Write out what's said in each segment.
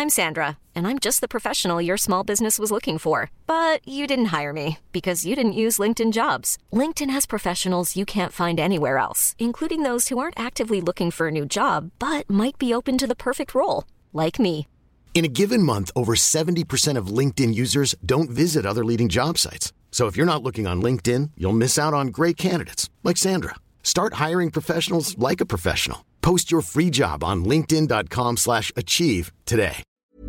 I'm Sandra, and I'm just the professional your small business was looking for. But you didn't hire me because you didn't use LinkedIn Jobs. LinkedIn has professionals you can't find anywhere else, including those who aren't actively looking for a new job, but might be open to the perfect role, like me. In a given month, over 70% of LinkedIn users don't visit other leading job sites. So if you're not looking on LinkedIn, you'll miss out on great candidates like Sandra. Start hiring professionals like a professional. Post your free job on linkedin.com/achieve today.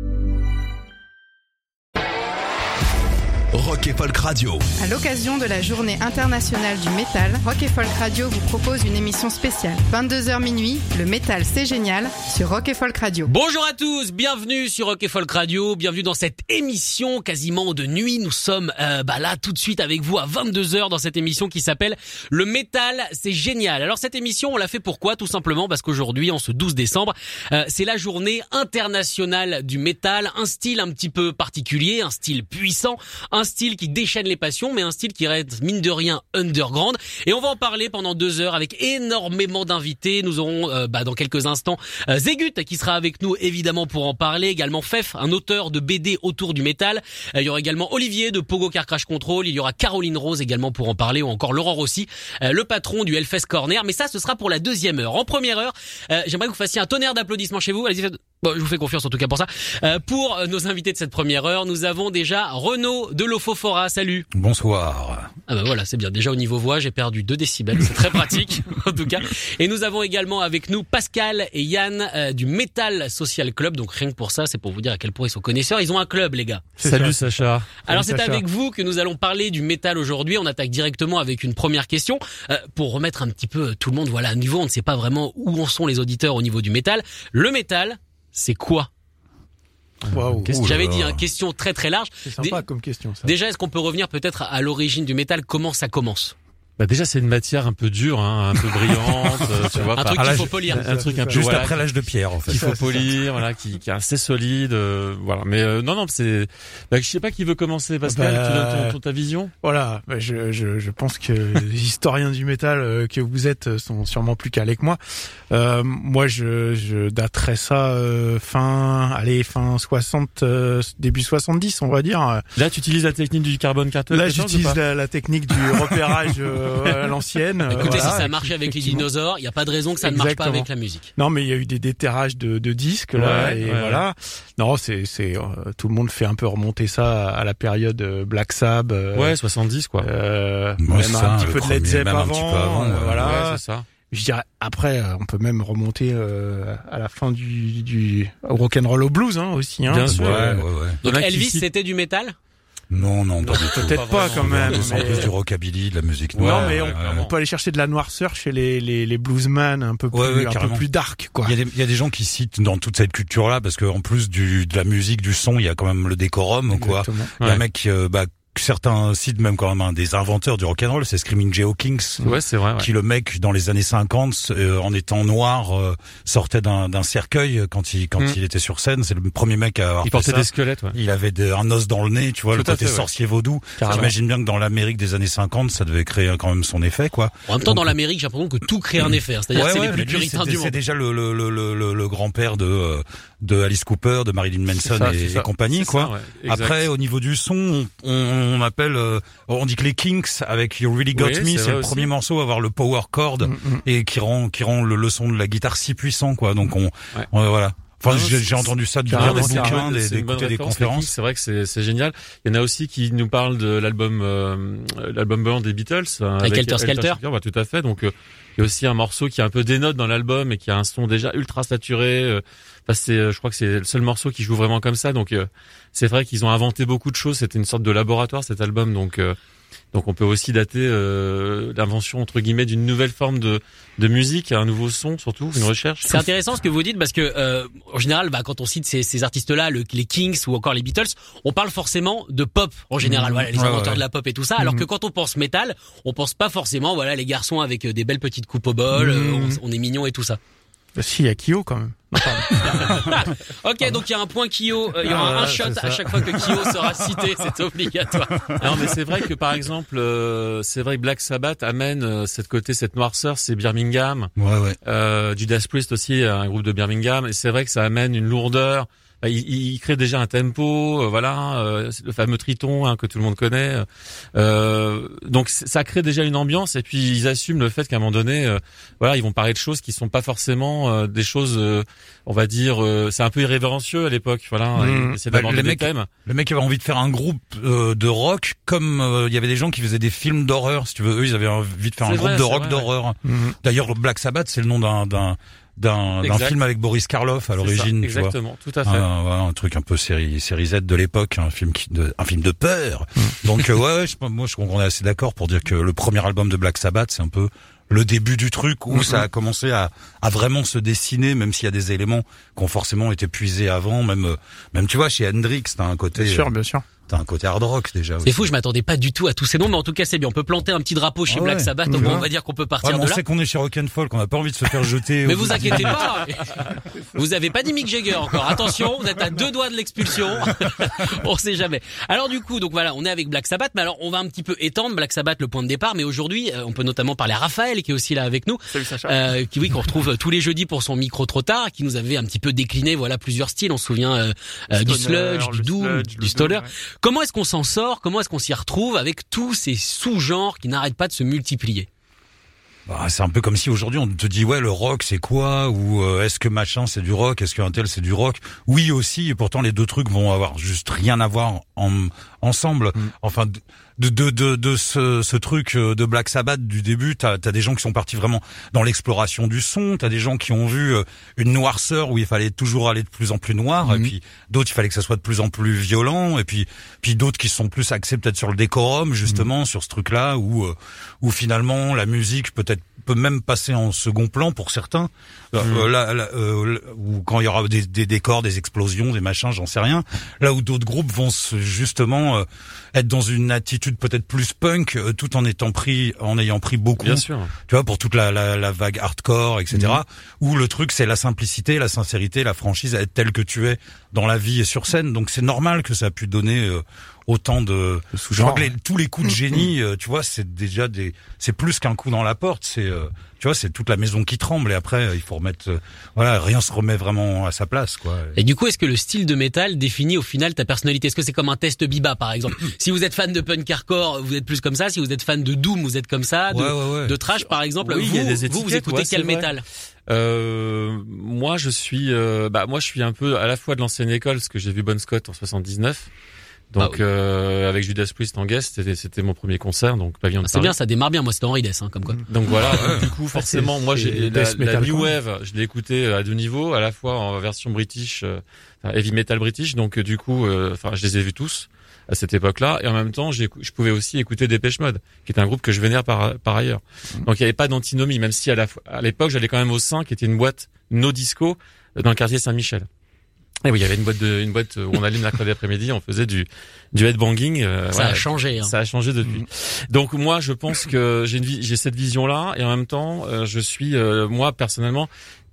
Rock et Folk Radio. À l'occasion de la journée internationale du métal, Rock et Folk Radio vous propose une émission spéciale. 22h minuit, le métal c'est génial sur Rock et Folk Radio. Bonjour à tous, bienvenue sur Rock et Folk Radio, bienvenue dans cette émission quasiment de nuit. Nous sommes là tout de suite avec vous à 22h dans cette émission qui s'appelle Le métal c'est génial. Alors cette émission on l'a fait pourquoi ? Tout simplement parce qu'aujourd'hui en ce 12 décembre, c'est la journée internationale du métal, un style un petit peu particulier, un style puissant, un style qui déchaîne les passions, mais un style qui reste mine de rien underground. Et on va en parler pendant 2 heures avec énormément d'invités. Nous aurons dans quelques instants Zegut qui sera avec nous évidemment pour en parler. Également Fef, un auteur de BD autour du métal. Il y aura également Olivier de Pogo Car Crash Control. Il y aura Caroline Rose également pour en parler, ou encore Laurent Rossi, le patron du Hellfest Corner. Mais ça, ce sera pour la deuxième heure. En première heure, j'aimerais que vous fassiez un tonnerre d'applaudissements chez vous. Allez-y, je vous fais confiance en tout cas pour ça. Pour nos invités de cette première heure, nous avons déjà Renaud de Lofofora. Salut. Bonsoir. Ah voilà, c'est bien. Déjà au niveau voix, j'ai perdu 2 décibels. C'est très pratique en tout cas. Et nous avons également avec nous Pascal et Yann du Metal Social Club. Donc rien que pour ça, c'est pour vous dire à quel point ils sont connaisseurs. Ils ont un club, les gars. Salut Sacha. Alors Salut, c'est Sacha. avec vous que nous allons parler du métal aujourd'hui. On attaque directement avec une première question pour remettre un petit peu tout le monde à niveau. On ne sait pas vraiment où en sont les auditeurs au niveau du métal. Le métal, c'est quoi ? Waouh. J'avais dit, question très très large. C'est sympa comme question, ça. Déjà, est-ce qu'on peut revenir peut-être à l'origine du métal ? Comment ça commence ? Déjà c'est une matière un peu dure, un peu brillante, tu vois. Un truc qu'il faut polir. Un truc un peu Juste après l'âge de pierre en fait. Qu'il faut polir, qui est assez solide, voilà. Mais non, c'est. Je sais pas qui veut commencer, Pascal. Tu donnes ta vision. Voilà, je pense que les historiens du métal que vous êtes sont sûrement plus calés que moi. Moi, je daterais ça fin 60, début 70, on va dire. Là, tu utilises la technique du carbone 14. Là, j'utilise la technique du repérage à l'ancienne. Écoutez, si ça marche avec les dinosaures, il n'y a pas de raison que ça ne marche pas avec la musique. Non, mais il y a eu des déterrages de disques là, voilà. Non, c'est tout le monde fait un peu remonter ça à la période Black Sabbath. 70 quoi. Même un petit peu de Led Zepp avant. Voilà. Ouais, c'est ça. Je dirais après, on peut même remonter à la fin du rock'n'roll au blues aussi. Bien sûr. Ouais. Donc Elvis, c'était du métal ? Non, pas du tout. Peut-être pas quand même. C'est plus du rockabilly, de la musique noire. Non, mais on peut aller chercher de la noirceur chez les bluesmen un peu plus dark, quoi. Il y a des gens qui citent dans toute cette culture-là, parce que en plus de la musique, du son, il y a quand même le décorum, quoi. Il y a un mec certains citent même quand même un des inventeurs du rock'n'roll, c'est Screaming Jay Hawkins. Ouais, c'est vrai. Qui le mec dans les années 50 en étant noir sortait d'un cercueil quand il était sur scène, c'est le premier mec à avoir il portait ça. Des squelettes, ouais. Il avait un os dans le nez, tu vois, tout le côté sorcier vaudou. J'imagine bien que dans l'Amérique des années 50, ça devait créer quand même son effet, quoi. En même temps, dans l'Amérique, j'ai l'impression que tout crée un effet, c'est-à-dire que c'est les plus puritains du monde. C'est déjà le grand-père de Alice Cooper, de Marilyn Manson et compagnie, quoi. Ça, après, au niveau du son, on appelle, on dit que les Kinks avec You Really Got Me, c'est le premier morceau à avoir le power chord et qui rend le son de la guitare si puissant, quoi. Donc voilà. Enfin, j'ai entendu ça du bouquin, d'écouter des conférences. C'est vrai que c'est génial. Il y en a aussi qui nous parlent de l'album blanc des Beatles. Avec Helter Skelter. Tout à fait. Donc, il y a aussi un morceau qui a un peu des notes dans l'album et qui a un son déjà ultra saturé. Je crois que c'est le seul morceau qui joue vraiment comme ça. Donc, c'est vrai qu'ils ont inventé beaucoup de choses. C'était une sorte de laboratoire, cet album. Donc on peut aussi dater l'invention entre guillemets d'une nouvelle forme de musique, un nouveau son, surtout une recherche. C'est intéressant ce que vous dites parce que en général, quand on cite ces artistes-là, les Kings ou encore les Beatles, on parle forcément de pop en général. Voilà, les inventeurs de la pop et tout ça. Alors que quand on pense métal, on pense pas forcément les garçons avec des belles petites coupes au bol, on est mignon et tout ça. Si, il y a Kyo quand même. Ok, donc il y a un point Kyo, il y aura un shot à chaque fois que Kyo sera cité, c'est obligatoire. Non, mais c'est vrai que par exemple, c'est vrai que Black Sabbath amène cette noirceur, c'est Birmingham. Ouais. Judas Priest aussi, un groupe de Birmingham, et c'est vrai que ça amène une lourdeur, il crée déjà un tempo, le fameux triton que tout le monde connaît. Donc ça crée déjà une ambiance et puis ils assument le fait qu'à un moment donné, ils vont parler de choses qui sont pas forcément des choses, on va dire, c'est un peu irrévérencieux à l'époque. C'est d'aborder des thèmes. Le mec avait envie de faire un groupe de rock, comme il y avait des gens qui faisaient des films d'horreur. Si tu veux, eux, ils avaient envie de faire un groupe de rock d'horreur. D'ailleurs, Black Sabbath, c'est le nom d'un film avec Boris Karloff à l'origine, tu vois. Exactement, tout à fait. Un truc un peu série Z de l'époque, un film de peur. Donc moi je crois qu'on est assez d'accord pour dire que le premier album de Black Sabbath, c'est un peu le début du truc où ça a commencé à vraiment se dessiner, même s'il y a des éléments qui ont forcément été puisés avant, même tu vois chez Hendrix, t'as un côté bien sûr. T'as un côté hard rock déjà. C'est fou, je m'attendais pas du tout à tous ces noms, mais en tout cas c'est bien. On peut planter un petit drapeau chez Black Sabbath, donc on va dire qu'on peut partir de là. On sait qu'on est chez Rock'n'Folk, on n'a pas envie de se faire jeter. Mais vous inquiétez pas, vous avez pas dit Mick Jagger encore. Attention, vous êtes à 2 doigts de l'expulsion. On sait jamais. Alors du coup, donc voilà, on est avec Black Sabbath, mais alors on va un petit peu étendre Black Sabbath le point de départ, mais aujourd'hui, on peut notamment parler à Raphaël qui est aussi là avec nous. Salut Sacha. Qu'on retrouve tous les jeudis pour son micro trop tard, qui nous avait un petit peu décliné plusieurs styles. On se souvient du sludge, du doom, du stoner. Comment est-ce qu'on s'en sort? Comment est-ce qu'on s'y retrouve avec tous ces sous-genres qui n'arrêtent pas de se multiplier? C'est un peu comme si aujourd'hui on te dit le rock c'est quoi, ou est-ce que machin c'est du rock, est-ce qu'un tel c'est du rock? Oui aussi, et pourtant les deux trucs vont avoir juste rien à voir ensemble. Enfin de ce truc de Black Sabbath du début, t'as des gens qui sont partis vraiment dans l'exploration du son, t'as des gens qui ont vu une noirceur où il fallait toujours aller de plus en plus noir, et puis d'autres il fallait que ça soit de plus en plus violent, et puis d'autres qui sont plus axés peut-être sur le décorum justement, sur ce truc-là où finalement la musique peut même passer en second plan pour certains, ou quand il y aura des décors, des explosions, des machins, j'en sais rien. Là où d'autres groupes vont justement être dans une attitude peut-être plus punk, tout en ayant pris beaucoup. Bien sûr. Tu vois, pour toute la vague hardcore, etc. Où le truc c'est la simplicité, la sincérité, la franchise, être tel que tu es dans la vie et sur scène. Donc c'est normal que ça a pu donner autant de sous-genres. Tous les coups de génie, tu vois, c'est déjà c'est plus qu'un coup dans la porte, c'est tu vois, c'est toute la maison qui tremble, et après il faut remettre rien se remet vraiment à sa place, quoi. Et du coup, est-ce que le style de métal définit au final ta personnalité? Est-ce que c'est comme un test Biba par exemple? Si vous êtes fan de punk hardcore, vous êtes plus comme ça. Si vous êtes fan de doom, vous êtes comme ça. De thrash par exemple, oui, il y a des étiquettes, vous écoutez quel métal? Moi je suis un peu à la fois de l'ancienne école, parce que j'ai vu Bon Scott en 79. Donc avec Judas Priest en guest, c'était mon premier concert, donc pavillon de Paris. C'est bien, ça démarre bien. Moi c'était Henri Dess, comme quoi. Donc voilà, du coup forcément moi j'ai la New Wave, je l'ai écouté à 2 niveaux, à la fois en version british, heavy metal british, donc du coup je les ai vus tous à cette époque-là, et en même temps je pouvais aussi écouter Depeche Mode, qui est un groupe que je vénère par ailleurs. Donc il y avait pas d'antinomie, même si à l'époque j'allais quand même au Sein, qui était une boîte no disco dans le quartier Saint-Michel. Et oui, il y avait une boîte où on allait le mercredi après-midi, on faisait du headbanging. Ça a changé. Ça a changé depuis. Donc moi, je pense que j'ai cette vision-là, et en même temps, je suis moi personnellement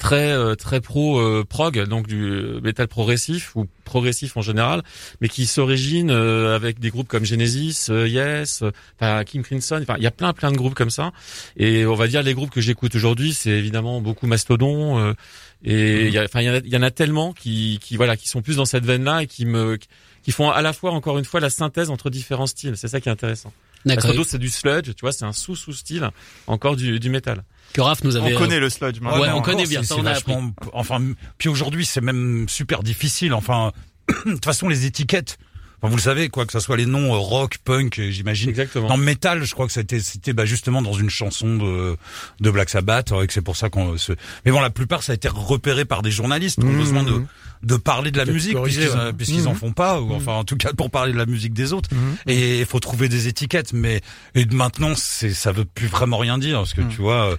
très pro prog, donc du métal progressif ou progressif en général, mais qui s'origine avec des groupes comme Genesis, Yes, King Crimson. Enfin, il y a plein de groupes comme ça. Et on va dire les groupes que j'écoute aujourd'hui, c'est évidemment beaucoup Mastodon. Et il y en a tellement qui sont plus dans cette veine-là, et qui font à la fois, encore une fois, la synthèse entre différents styles. C'est ça qui est intéressant. D'accord. Parce que d'autres, c'est du sludge, tu vois, c'est un sous-style encore du métal. Que Raph nous avait... On connaît le sludge maintenant. Ouais, on connaît bien, ça on a appris. Enfin, puis aujourd'hui, c'est même super difficile. Enfin, de toute façon, les étiquettes... Enfin, vous le savez, quoi, que ça soit les noms rock, punk, j'imagine. Exactement. Dans métal, je crois que ça a été cité justement dans une chanson de Black Sabbath, et que c'est pour ça Mais bon, la plupart, ça a été repéré par des journalistes qui ont besoin de parler de la musique, puisqu'ils en font pas, ou enfin en tout cas pour parler de la musique des autres. Et il faut trouver des étiquettes, mais maintenant ça veut plus vraiment rien dire, parce que tu vois.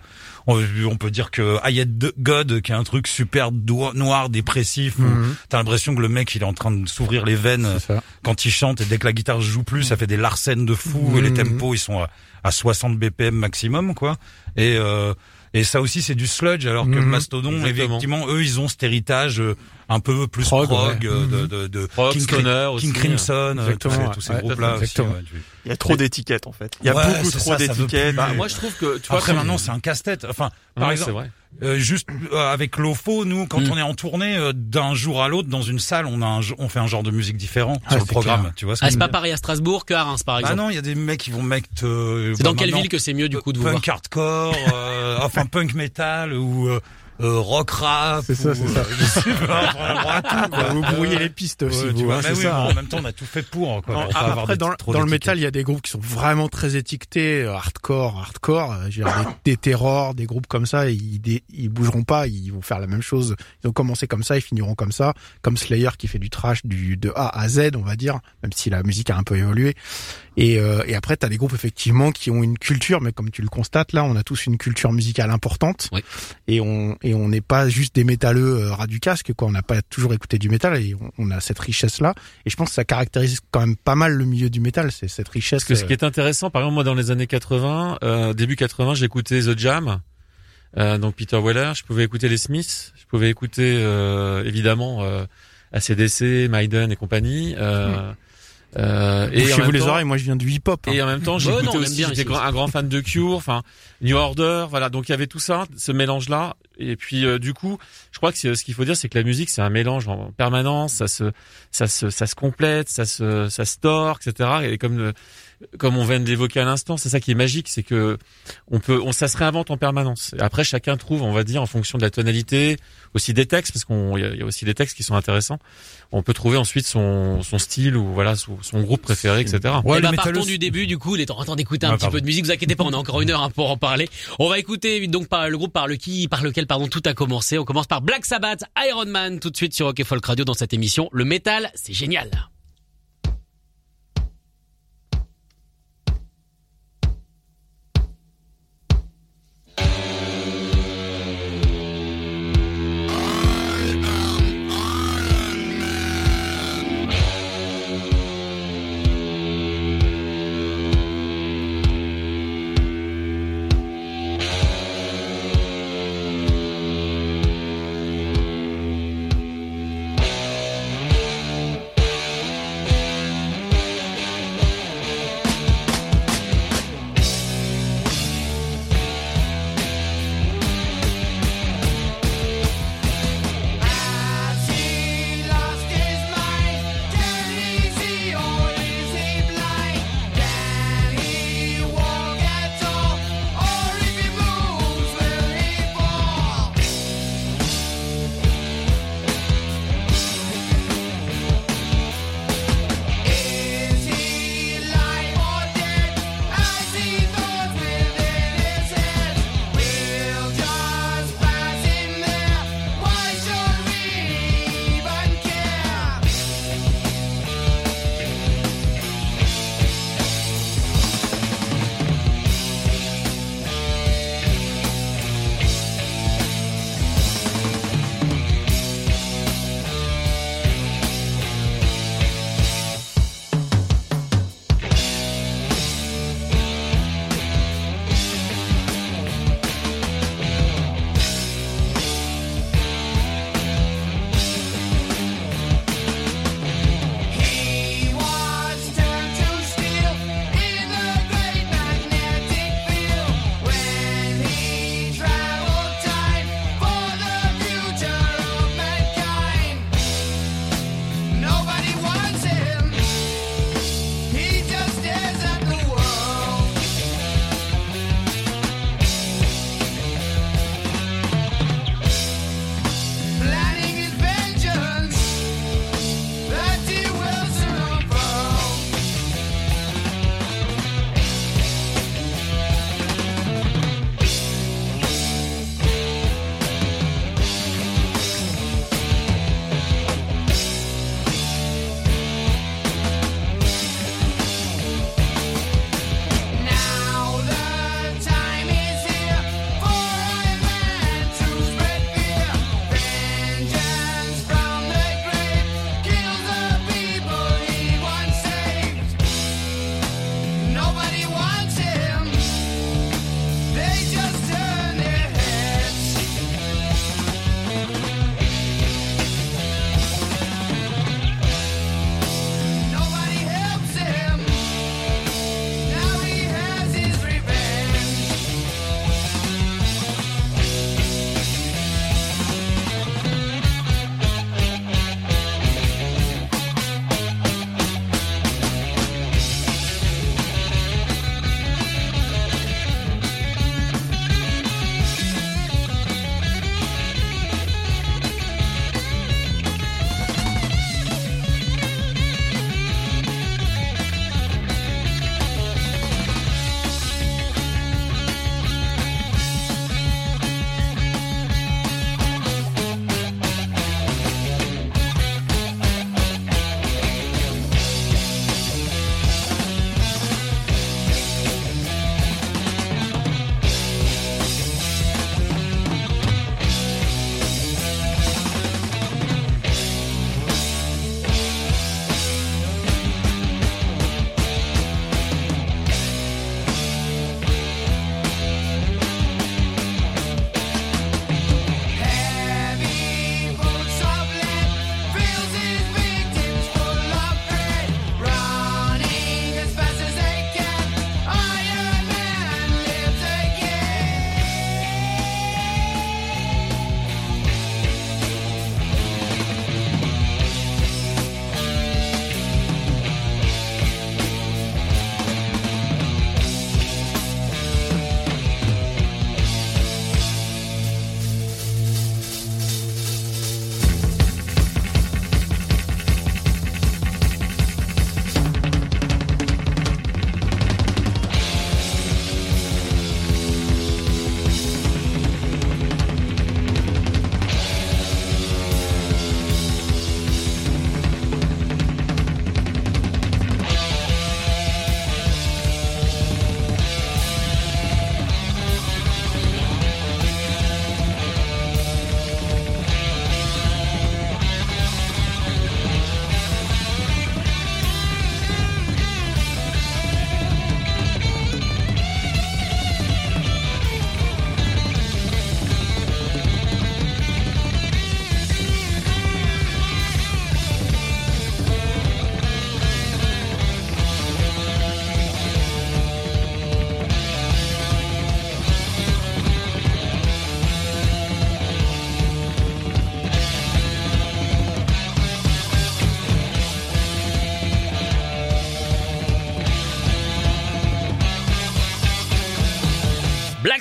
On peut dire que Hayat God, qui est un truc super noir, dépressif, où t'as l'impression que le mec il est en train de s'ouvrir les veines quand il chante, et dès que la guitare joue plus, ça fait des larcènes de fou, et les tempos ils sont à 60 BPM maximum, quoi. Et ça aussi c'est du sludge, alors que Mastodon, effectivement, eux ils ont cet héritage un peu plus prog de King Crimson, tous ces groupes-là aussi. Il y a trop d'étiquettes en fait. Il y a beaucoup trop d'étiquettes. Moi je trouve que tu vois, après maintenant c'est un casse-tête. Enfin par exemple juste avec l'OFO, nous quand on est en tournée d'un jour à l'autre dans une salle, on fait un genre de musique différent sur le programme, clair. Tu vois c'est pas pareil à Strasbourg qu'à Reims par exemple. Ah non, il y a des mecs qui vont mettre c'est dans quelle ville que c'est mieux du coup de vous punk hardcore, enfin punk metal ou rock rap. C'est ça. Je sais pas, vous brouillez les pistes aussi. Tu vois, mais ça. En même temps, on a tout fait pour. Quoi, après, dans le métal, il y a des groupes qui sont vraiment très étiquetés, hardcore. Des terrors, des groupes comme ça, ils bougeront pas, ils vont faire la même chose. Ils ont commencé comme ça, ils finiront comme ça. Comme Slayer qui fait du trash de A à Z, on va dire, même si la musique a un peu évolué. Et après, t'as des groupes effectivement qui ont une culture, mais comme tu le constates là, on a tous une culture musicale importante. Oui. Et on n'est pas juste des métalleux ras du casque, quoi. On n'a pas toujours écouté du métal et on a cette richesse-là. Et je pense que ça caractérise quand même pas mal le milieu du métal, c'est cette richesse. Parce que ce qui est intéressant, par exemple, moi dans les années 80, début 80, j'écoutais The Jam, donc Peter Weller. Je pouvais écouter les Smiths, je pouvais écouter évidemment AC/DC, Maiden et compagnie. Et chez vous les oreilles, moi je viens du hip-hop. Et en même temps, j'écoutais aussi, j'étais un grand fan de Cure, enfin New Order, voilà. Donc il y avait tout ça, ce mélange-là. Et puis du coup, je crois que ce qu'il faut dire, c'est que la musique, c'est un mélange en permanence. Ça se complète, ça se tord, etc. Et comme on vient de l'évoquer à l'instant, c'est ça qui est magique, c'est que ça se réinvente en permanence. Et après, chacun trouve, on va dire, en fonction de la tonalité, aussi des textes, parce qu'il y a aussi des textes qui sont intéressants. On peut trouver ensuite son style ou voilà son groupe préféré, etc. Ouais, partons du début. Du coup, il est temps d'écouter un petit peu de musique. Vous inquiétez pas, on a encore une heure pour en parler. On va écouter donc le groupe par lequel tout a commencé. On commence par Black Sabbath, Iron Man, tout de suite sur Rock et Folk Radio dans cette émission. Le métal, c'est génial.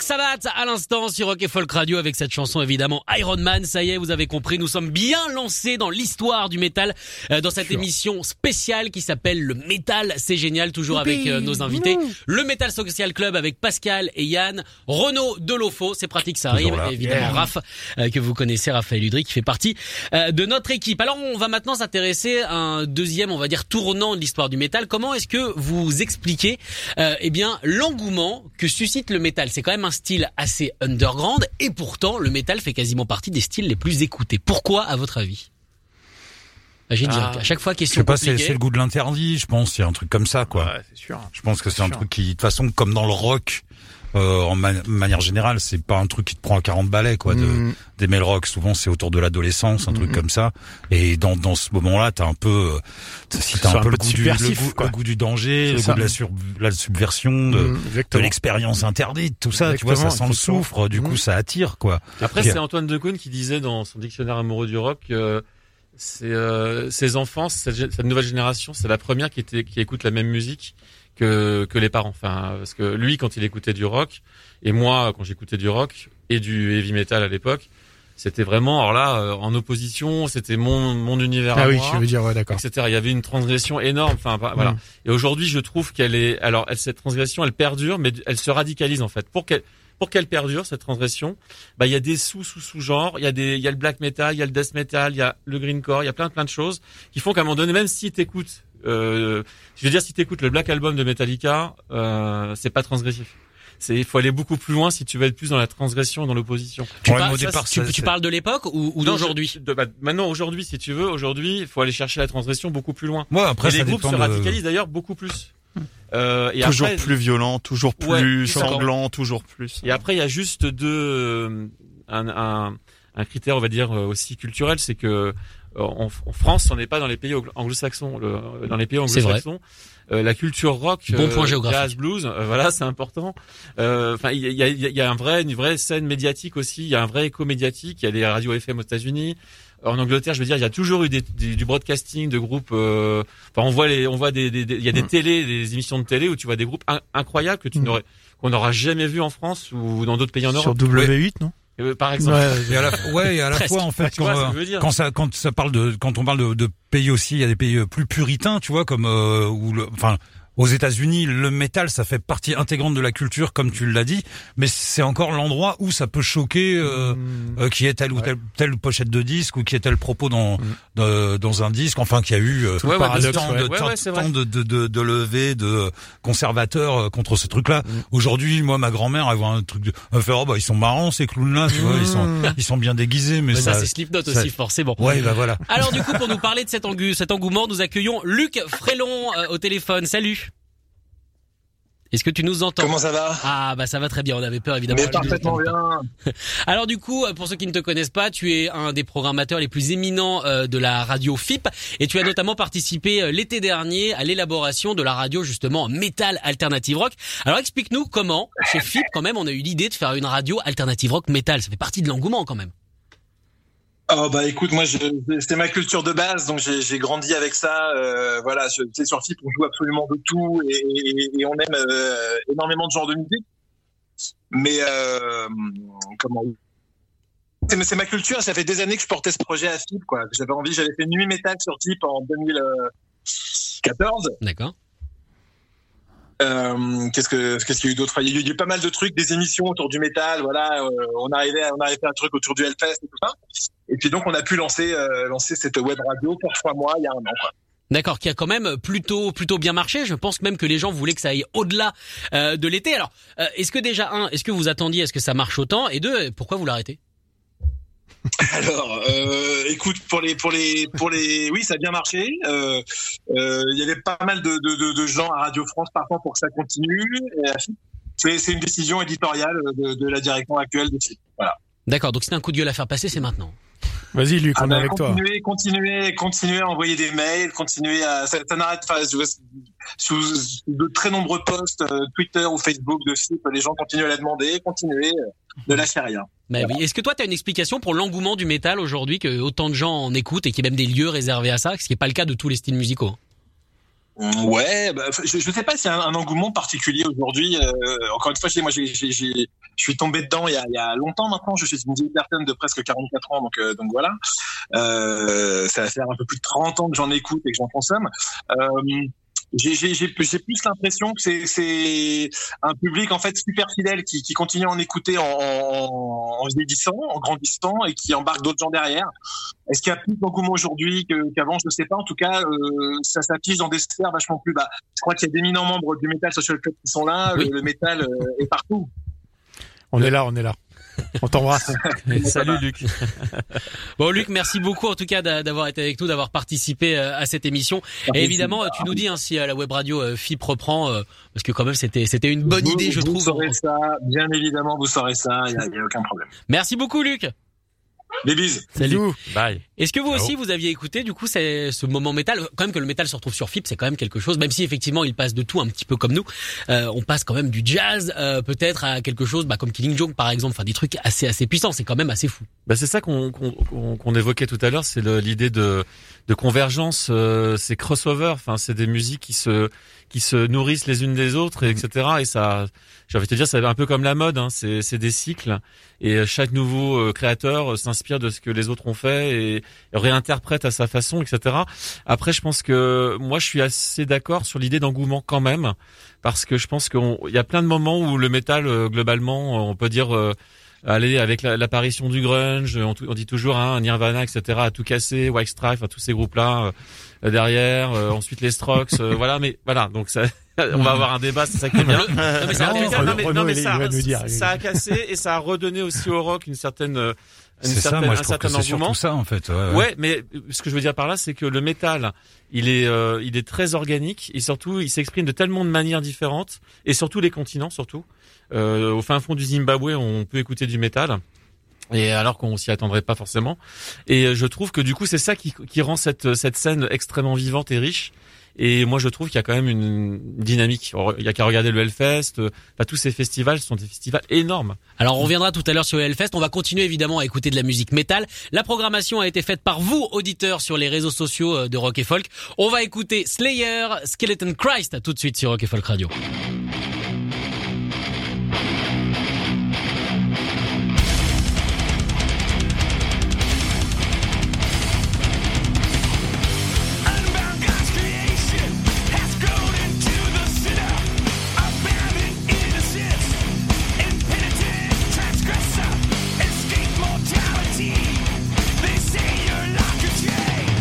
Black Sabbath à l'instant sur Rock & Folk Radio avec cette chanson évidemment Iron Man. Ça y est, vous avez compris, nous sommes bien lancés dans l'histoire du métal dans cette émission spéciale qui s'appelle le métal, c'est génial, toujours avec nos invités. Le Metal Social Club avec Pascal et Yann, Renaud de Lofo, c'est pratique, ça arrive, et évidemment Raph que vous connaissez, Raphaël Udry qui fait partie de notre équipe. Alors on va maintenant s'intéresser à un deuxième, on va dire, tournant de l'histoire du métal. Comment est-ce que vous expliquez l'engouement que suscite le métal? C'est quand même un style assez underground et pourtant le métal fait quasiment partie des styles les plus écoutés. Pourquoi, à votre avis? J'ai dit à chaque fois question compliquée. C'est le goût de l'interdit, je pense, il y a un truc comme ça, quoi. Ouais, c'est sûr. Je pense que c'est un truc qui, de toute façon, comme dans le rock, en manière générale, c'est pas un truc qui te prend à 40 balais, quoi, d'aimer le rock. Souvent, c'est autour de l'adolescence, un truc comme ça. Et dans ce moment-là, t'as un peu, le goût du danger, le goût de la subversion, de l'expérience interdite, tout ça, tu vois, ça sent le soufre, du coup, ça attire, quoi. Après, c'est Antoine Decaune qui disait dans son dictionnaire amoureux du rock, ces enfants, cette nouvelle génération, c'est la première qui écoute la même musique que les parents. Enfin, parce que lui, quand il écoutait du rock, et moi, quand j'écoutais du rock et du heavy metal à l'époque, c'était vraiment, alors là, en opposition, c'était mon univers à moi. Ah oui, tu veux dire, ouais, d'accord. Etc. Il y avait une transgression énorme. Enfin, voilà. Et aujourd'hui, je trouve cette transgression, elle perdure, mais elle se radicalise, en fait. Pour qu'elle perdure, cette transgression, il y a des sous-genres, il y a le black metal, il y a le death metal, il y a le greencore, il y a plein de choses qui font qu'à un moment donné, même si t'écoutes, si t'écoutes le Black Album de Metallica, c'est pas transgressif. Il faut aller beaucoup plus loin si tu veux être plus dans la transgression et dans l'opposition. Tu parles de l'époque ou d'aujourd'hui? Maintenant, aujourd'hui, si tu veux, il faut aller chercher la transgression beaucoup plus loin. Ouais, après, et les groupes se radicalisent d'ailleurs beaucoup plus. Et toujours après, plus violent, toujours plus sanglant, toujours plus. Et après, il y a juste un critère, on va dire, aussi culturel, c'est que en France, on n'est pas dans les pays anglo-saxons. Dans les pays anglo-saxons, la culture rock, jazz, blues, voilà, c'est important. Enfin, il y a une vraie scène médiatique aussi. Il y a un vrai écho médiatique. Il y a des radios FM aux États-Unis. En Angleterre, je veux dire, il y a toujours eu du broadcasting de groupes. Enfin, il y a des des émissions de télé où tu vois des groupes incroyables qu'on n'aura jamais vu en France ou dans d'autres pays en Europe. Sur W8, non? Par exemple. Et à la fois, en fait, quand on parle de pays aussi, il y a des pays plus puritains, tu vois, comme aux États-Unis, le métal, ça fait partie intégrante de la culture, comme tu l'as dit, mais c'est encore l'endroit où ça peut choquer, qui est telle ou telle pochette de disque ou qui est tel propos dans un disque, enfin, qui a eu tant de levées de conservateurs contre ce truc-là. Aujourd'hui, moi, ma grand-mère, elle voit un truc elle fait, ils sont marrants, ces clowns-là, tu vois, ils sont bien déguisés, mais ça, c'est Slipknot aussi, forcément. Ouais, voilà. Alors, du coup, pour nous parler de cet engouement, nous accueillons Luc Frélon au téléphone. Salut. Est-ce que tu nous entends? Comment ça va? Ah, ça va très bien. On avait peur, évidemment. Mais parfaitement bien. Alors, du coup, pour ceux qui ne te connaissent pas, tu es un des programmateurs les plus éminents de la radio FIP et tu as notamment participé l'été dernier à l'élaboration de la radio, justement, Metal Alternative Rock. Alors, explique-nous comment, chez FIP, quand même, on a eu l'idée de faire une radio Alternative Rock Metal. Ça fait partie de l'engouement, quand même. Oh écoute, moi c'était ma culture de base, donc j'ai grandi avec ça. Voilà, tu sais, sur FIP on joue absolument de tout et on aime énormément de genres de musique. Mais c'est ma culture. Ça fait des années que je portais ce projet à FIP, quoi. J'avais fait Nuit Métal sur FIP en 2014. D'accord. Qu'est-ce qu'il y a eu d'autre? Il y a eu pas mal de trucs, des émissions autour du métal, voilà. On arrivait à un truc autour du Hellfest et tout ça. Et puis donc on a pu lancer cette web radio pour 3 mois il y a un an, quoi. D'accord, qui a quand même plutôt bien marché. Je pense même que les gens voulaient que ça aille au-delà de l'été. Alors, est-ce que vous attendiez à ce que ça marche autant, et 2, pourquoi vous l'arrêtez? Alors, écoute, pour les, oui, ça a bien marché. Il y avait pas mal de gens à Radio France parfois pour que ça continue. C'est une décision éditoriale de la direction actuelle de FIP. Voilà. D'accord, donc c'est un coup de gueule à faire passer, c'est maintenant. Vas-y, Luc, on est avec toi. Continuez à envoyer des mails, continuez à, ça n'arrête pas, sous de très nombreux posts, Twitter ou Facebook de FIP, les gens continuent à la demander, continuez, ne lâchez rien. Mais oui. Est-ce que toi, tu as une explication pour l'engouement du métal aujourd'hui, que autant de gens en écoutent et qu'il y a même des lieux réservés à ça, ce qui n'est pas le cas de tous les styles musicaux? Ouais, je sais pas s'il y a un engouement particulier aujourd'hui. Encore une fois, moi, j'ai suis tombé dedans il y a longtemps maintenant. Je suis une vieille personne de presque 44 ans, donc voilà. Ça va faire un peu plus de 30 ans que j'en écoute et que j'en consomme. J'ai plus l'impression que c'est un public en fait super fidèle qui continue à en écouter en vieillissant, en grandissant et qui embarque d'autres gens derrière. Est-ce qu'il y a plus d'engouement aujourd'hui qu'avant? Je ne sais pas. En tout cas, ça s'affiche dans des sphères vachement plus bas. Je crois qu'il y a d'éminents membres du Metal Social Club qui sont là. Oui. Le métal est partout. On est là. On t'embrasse. Salut Luc. Bon Luc, merci beaucoup en tout cas d'avoir été avec nous, d'avoir participé à cette émission. Et évidemment, tu nous dis si la web radio FIP reprend, parce que quand même c'était une bonne idée, je trouve. Vous saurez ça, bien évidemment, vous saurez ça, il y a aucun problème. Merci beaucoup Luc. Des bises. Salut. Bye. Est-ce que vous aussi vous aviez écouté du coup ce moment métal, quand même que le métal se retrouve sur FIP, c'est quand même quelque chose, même si effectivement il passe de tout un petit peu comme nous. On passe quand même du jazz peut-être à quelque chose comme Killing Joke par exemple, enfin des trucs assez puissants, c'est quand même assez fou. C'est ça qu'on évoquait tout à l'heure, c'est l'idée de convergence, c'est crossover, enfin c'est des musiques qui se nourrissent les unes des autres, etc. Et ça, j'ai envie de te dire, c'est un peu comme la mode, hein, c'est des cycles. Et chaque nouveau créateur s'inspire de ce que les autres ont fait et réinterprète à sa façon, etc. Après, je pense que moi, je suis assez d'accord sur l'idée d'engouement quand même, parce que je pense qu'il y a plein de moments où le métal, globalement, on peut dire, allez, avec l'apparition du grunge, on dit toujours Nirvana, etc. a tout cassé, Whitesnake, tous ces groupes-là derrière. Ensuite les Strokes, voilà. Mais voilà, donc ça. On va avoir un débat, c'est ça qui est bien. Ça a cassé et ça a redonné aussi au rock un certain engouement. Tout ça en fait. Ouais, mais ce que je veux dire par là, c'est que le métal, il est très organique et surtout, il s'exprime de tellement de manières différentes et surtout les continents, surtout. Au fin fond du Zimbabwe, on peut écouter du métal. Et alors qu'on s'y attendrait pas forcément. Et je trouve que du coup, c'est ça qui rend cette scène extrêmement vivante et riche. Et moi, je trouve qu'il y a quand même une dynamique. Il y a qu'à regarder le Hellfest. Tous ces festivals sont des festivals énormes. Alors, on reviendra tout à l'heure sur le Hellfest. On va continuer évidemment à écouter de la musique métal. La programmation a été faite par vous, auditeurs, sur les réseaux sociaux de Rock & Folk. On va écouter Slayer, Skeleton Christ, tout de suite sur Rock & Folk Radio.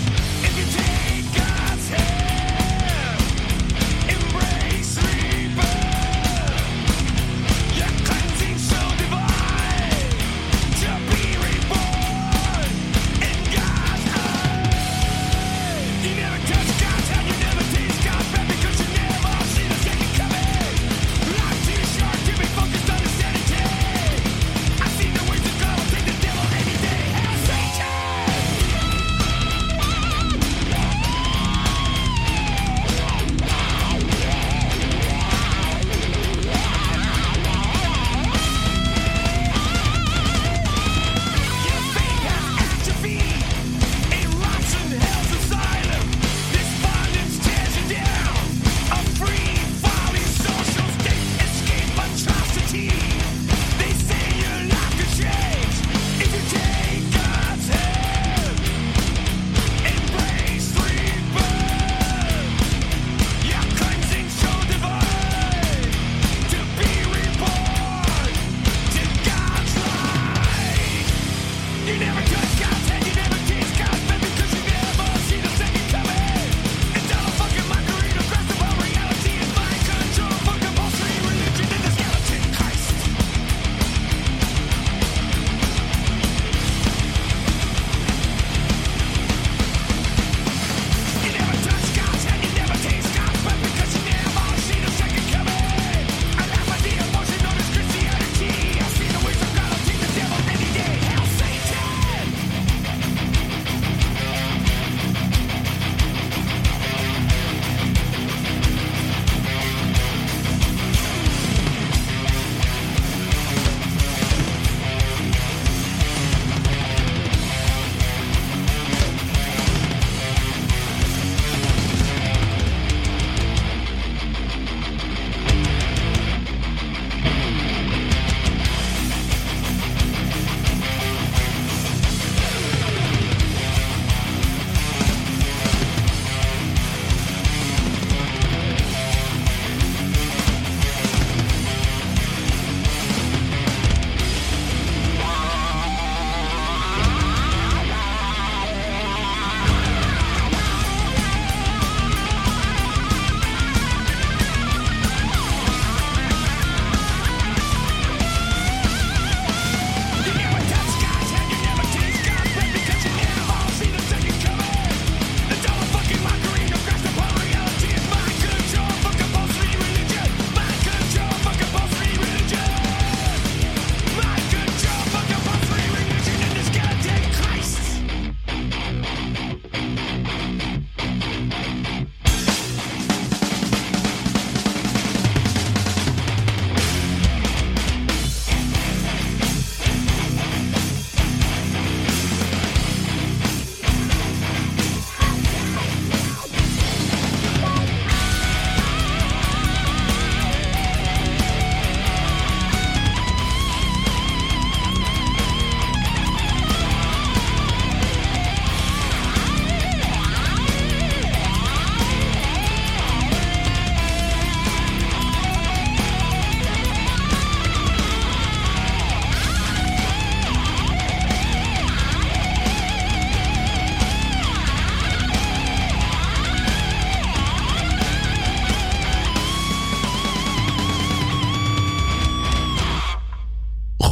Embrace rebirth.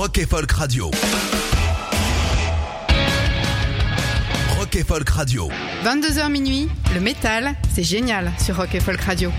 Rock et Folk Radio. Rock et Folk Radio. 22h minuit, le métal, c'est génial sur Rock et Folk Radio.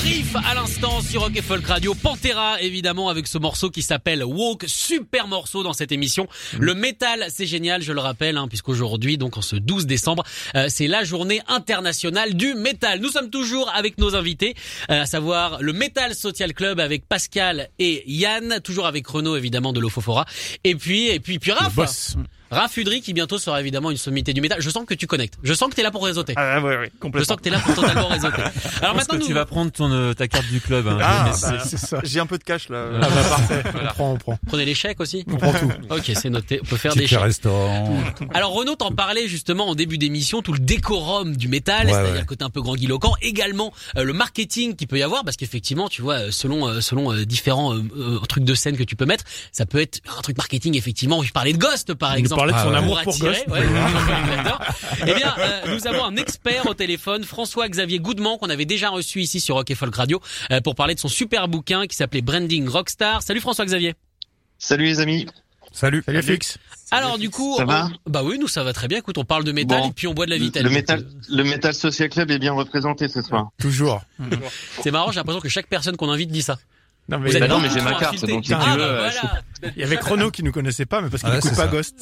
Riff à l'instant sur Rock & Folk Radio. Pantera évidemment avec ce morceau qui s'appelle Walk, super morceau dans cette émission. Le métal, c'est génial, je le rappelle, puisqu'aujourd'hui, donc en ce 12 décembre, c'est la journée internationale du métal. Nous sommes toujours avec nos invités, à savoir le Metal Social Club avec Pascal et Yann, toujours avec Renaud évidemment de l'Ofofora, et puis Raph. Raph Udry qui bientôt sera évidemment une sommité du métal. Je sens que tu connectes. Je sens que t'es là pour réseauter. Ah ouais, complètement. Je sens que t'es là pour totalement réseauter. Alors maintenant tu vas prendre ta carte du club. C'est ça. J'ai un peu de cash là. Parfait. Voilà. On prend. Prenez les chèques aussi. On prend tout. Ok, c'est noté. On peut faire des chèques. Restaurant. Alors Renaud t'en parlait justement en début d'émission, tout le décorum du métal, c'est-à-dire le côté un peu grandiloquent, également le marketing qu'il peut y avoir, parce qu'effectivement, tu vois, selon différents trucs de scène que tu peux mettre, ça peut être un truc marketing effectivement. Je parlais de Ghost par exemple. De son amour pour Ghost. Eh bien, nous avons un expert au téléphone, François-Xavier Goudemont, qu'on avait déjà reçu ici sur Rock & Folk Radio, pour parler de son super bouquin qui s'appelait Branding Rockstar. Salut François-Xavier. Salut les amis. Salut Fix. Alors du coup, ça va ? Bah oui, nous ça va très bien. Écoute, on parle de métal et puis on boit de la Vitale. Le Metal Social Club est bien représenté ce soir. Toujours. C'est marrant, j'ai l'impression que chaque personne qu'on invite dit ça. Non mais, j'ai ma carte, donc si tu veux. Voilà. Il y avait Chrono qui nous connaissait pas, mais parce qu'il n'écoute pas Ghost.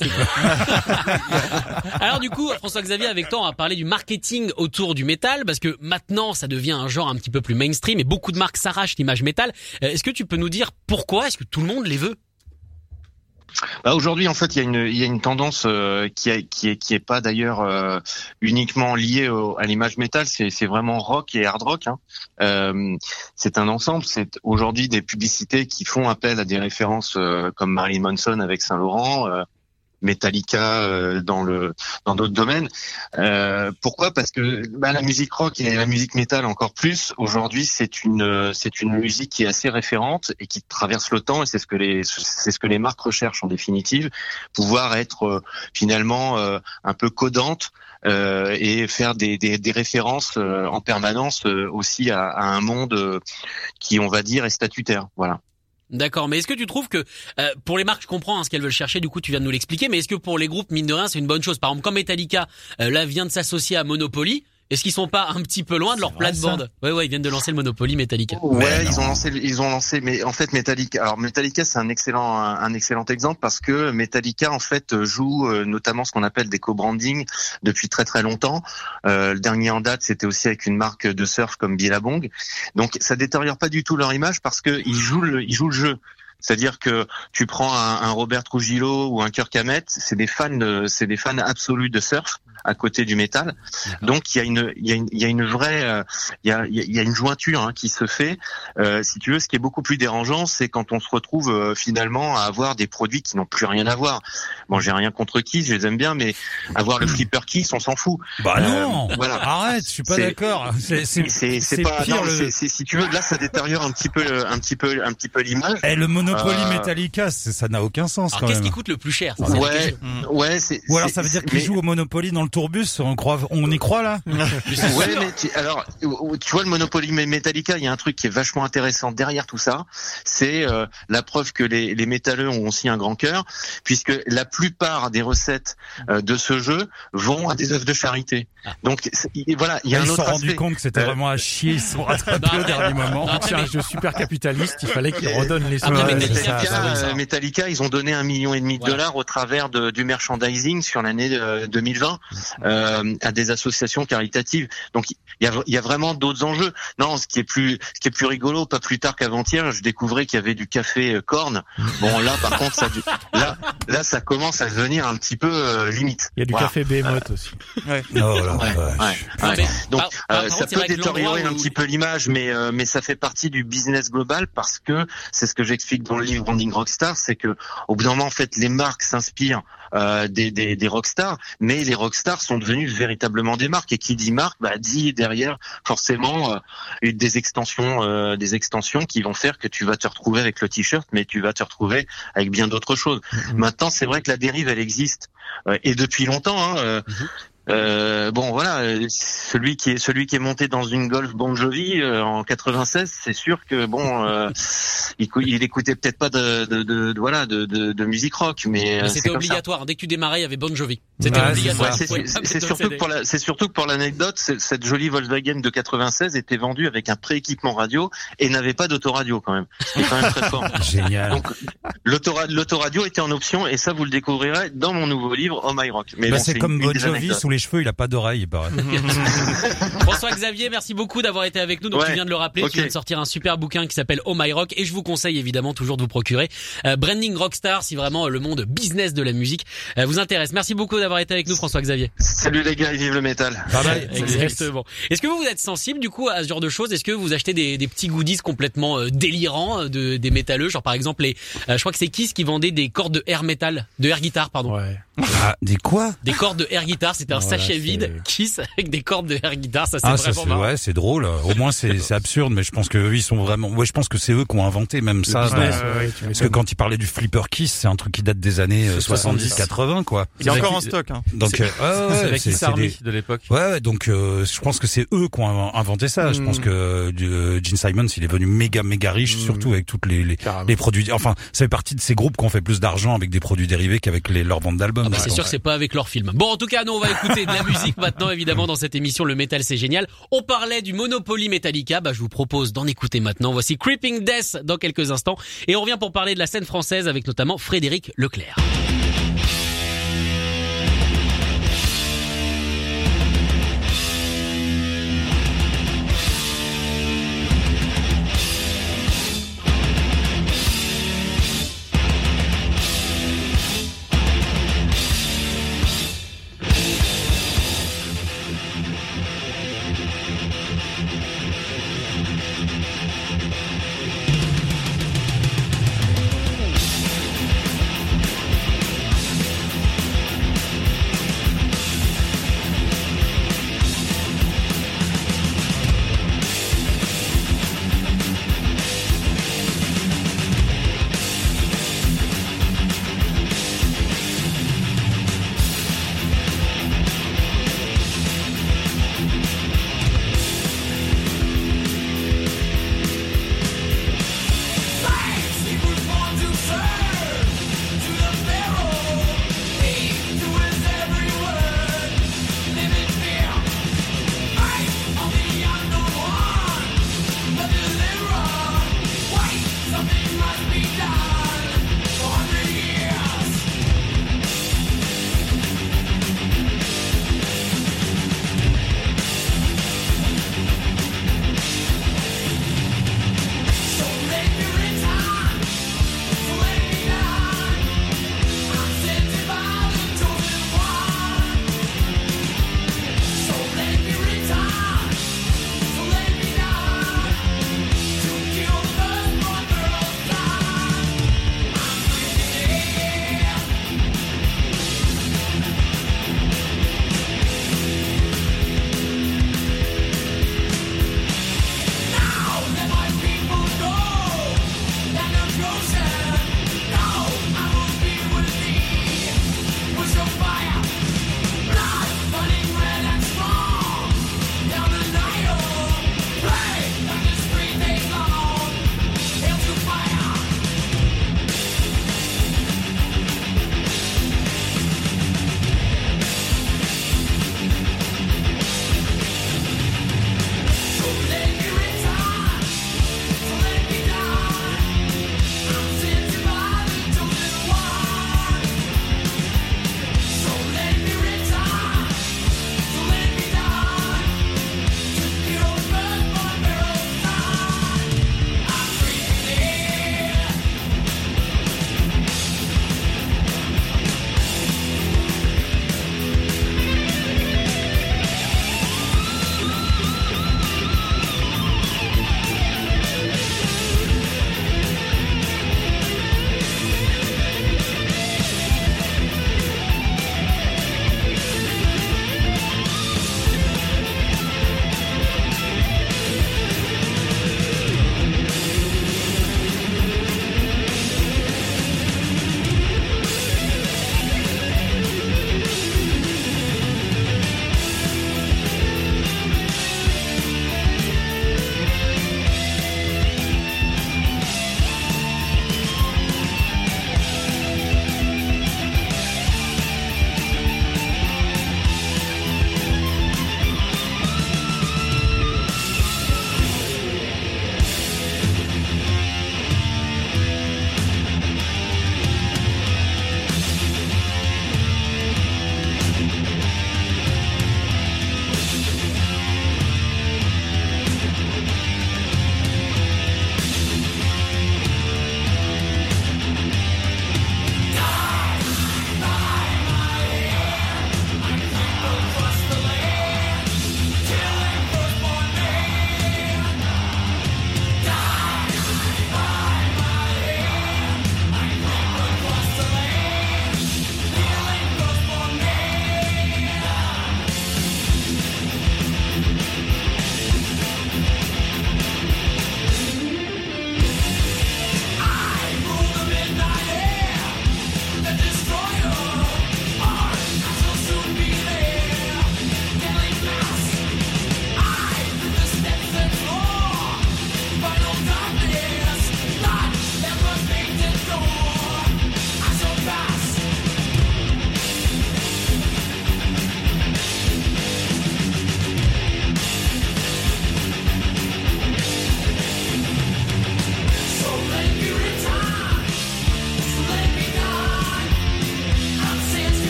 Alors du coup, François-Xavier, avec toi, on va parler du marketing autour du métal, parce que maintenant, ça devient un genre un petit peu plus mainstream et beaucoup de marques s'arrachent l'image métal. Est-ce que tu peux nous dire pourquoi est-ce que tout le monde les veut ? Bah aujourd'hui en fait il y a une tendance qui est pas d'ailleurs uniquement liée à l'image métal, c'est vraiment rock et hard rock. C'est un ensemble, c'est aujourd'hui des publicités qui font appel à des références comme Marilyn Manson avec Saint-Laurent, Metallica dans d'autres domaines. Pourquoi ? Parce que la musique rock et la musique métal encore plus aujourd'hui, c'est une musique qui est assez référente et qui traverse le temps, et c'est ce que les marques recherchent en définitive, pouvoir être finalement un peu codante et faire des références en permanence aussi à un monde qui, on va dire, est statutaire. Voilà. D'accord, mais est-ce que tu trouves que pour les marques, je comprends ce qu'elles veulent chercher, du coup tu viens de nous l'expliquer, mais est-ce que pour les groupes, mine de rien, c'est une bonne chose ? Par exemple, quand Metallica là vient de s'associer à Monopoly, est-ce qu'ils sont pas un petit peu loin de leur plate-bande ? Ouais, ils viennent de lancer le Monopoly Metallica. Ouais, ils ont lancé, mais en fait Metallica, c'est un excellent exemple, parce que Metallica en fait joue notamment ce qu'on appelle des co-branding depuis très très longtemps. Le dernier en date, c'était aussi avec une marque de surf comme Billabong. Donc ça détériore pas du tout leur image, parce que ils jouent le jeu. C'est-à-dire que tu prends un Robert Trujillo ou un Kirk Hammett, c'est des fans absolus de surf à côté du métal. Donc il y a une vraie une jointure qui se fait. Si tu veux, ce qui est beaucoup plus dérangeant, c'est quand on se retrouve finalement à avoir des produits qui n'ont plus rien à voir. Bon, j'ai rien contre Kiss, je les aime bien, mais avoir le flipper Kiss, on s'en fout. Bah non, voilà. Arrête, je suis pas d'accord. C'est pas pire. Si tu veux, là ça détériore un petit peu l'image. Et le Monopoly Metallica, ça n'a aucun sens. Alors qu'est-ce qui coûte le plus cher ? Ou alors ça veut dire qu'ils jouent au Monopoly dans le tourbus, on y croit là. Ouais, mais tu vois, le Monopoly Metallica, il y a un truc qui est vachement intéressant derrière tout ça, c'est la preuve que les métalleux ont aussi un grand cœur, puisque la plupart des recettes de ce jeu vont à des œuvres de charité. Donc voilà, il y a un autre aspect. Ils se sont rendus compte que c'était vraiment à chier, ils se sont rattrapés au dernier moment. C'est un jeu super capitaliste, il fallait qu'ils redonnent les sous. Metallica, ils ont donné $1,5 million au travers du merchandising sur l'année 2020 à des associations caritatives. Donc il y a vraiment d'autres enjeux. Non, ce qui est plus rigolo, pas plus tard qu'avant-hier, je découvrais qu'il y avait du café Korn. Bon là par contre là ça commence à devenir un petit peu limite. Il y a du café Behemoth aussi. Ouais. Donc ça peut détériorer un petit peu l'image, mais ça fait partie du business global, parce que c'est ce que j'explique dans le livre Branding Rockstar, c'est que au bout d'un moment en fait les marques s'inspirent des rockstars, mais les rockstars sont devenus véritablement des marques, et qui dit marque dit derrière forcément des extensions qui vont faire que tu vas te retrouver avec le t-shirt, mais tu vas te retrouver avec bien d'autres choses. Maintenant, c'est vrai que la dérive elle existe et depuis longtemps. Bon voilà, celui qui est monté dans une Golf Bon Jovi en 96, c'est sûr que il écoutait peut-être pas de musique rock, mais c'était obligatoire. Dès que tu démarrais, il y avait Bon Jovi. C'était obligatoire. C'est surtout que pour l'anecdote, cette jolie Volkswagen de 96 était vendue avec un pré-équipement radio et n'avait pas d'autoradio quand même. C'est quand même très fort. Génial. Donc l'autoradio était en option et ça vous le découvrirez dans mon nouveau livre Oh My Rock. Mais c'est comme Bon Jovi, sous les cheveux, il a pas d'oreille, il paraît. François-Xavier, merci beaucoup d'avoir été avec nous. Donc tu viens de le rappeler, tu viens de sortir un super bouquin qui s'appelle Oh My Rock et je vous conseille évidemment toujours de vous procurer Branding Rockstar si vraiment le monde business de la musique vous intéresse. Merci beaucoup d'avoir été avec nous, François-Xavier. Salut les gars, et vive le métal. Bye bye. Exactement. Est-ce que vous êtes sensible du coup à ce genre de choses? Est-ce que vous achetez des petits goodies complètement délirants des métalleux, genre par exemple je crois que c'est Kiss qui vendait des cordes de air metal, de air guitar pardon. Ouais. Ah, des quoi? Des cordes de air guitar, c'était un sachet vide Kiss avec des cordes de air guitar, ça c'est vraiment marrant. Ouais, c'est drôle. Au moins c'est absurde, mais je pense que eux ils sont vraiment. Ouais, je pense que c'est eux qui ont inventé même ça. Parce que quand ils parlaient du flipper Kiss, c'est un truc qui date des années 70-80 quoi. Il est encore en stock. Hein. Donc c'est la Kiss Army de l'époque. Ouais, donc je pense que c'est eux qui ont inventé ça. Je pense que Gene Simmons, il est venu méga riche, surtout avec toutes les produits. Enfin, ça fait partie de ces groupes qui ont fait plus d'argent avec des produits dérivés qu'avec leur vente d'albums. Ah bah c'est sûr que c'est pas avec leur film. Bon, en tout cas, nous on va écouter de la musique maintenant, évidemment, dans cette émission Le Métal c'est génial. On parlait du Monopoly Metallica, je vous propose d'en écouter maintenant. Voici Creeping Death dans quelques instants et on revient pour parler de la scène française avec notamment Frédéric Leclerc.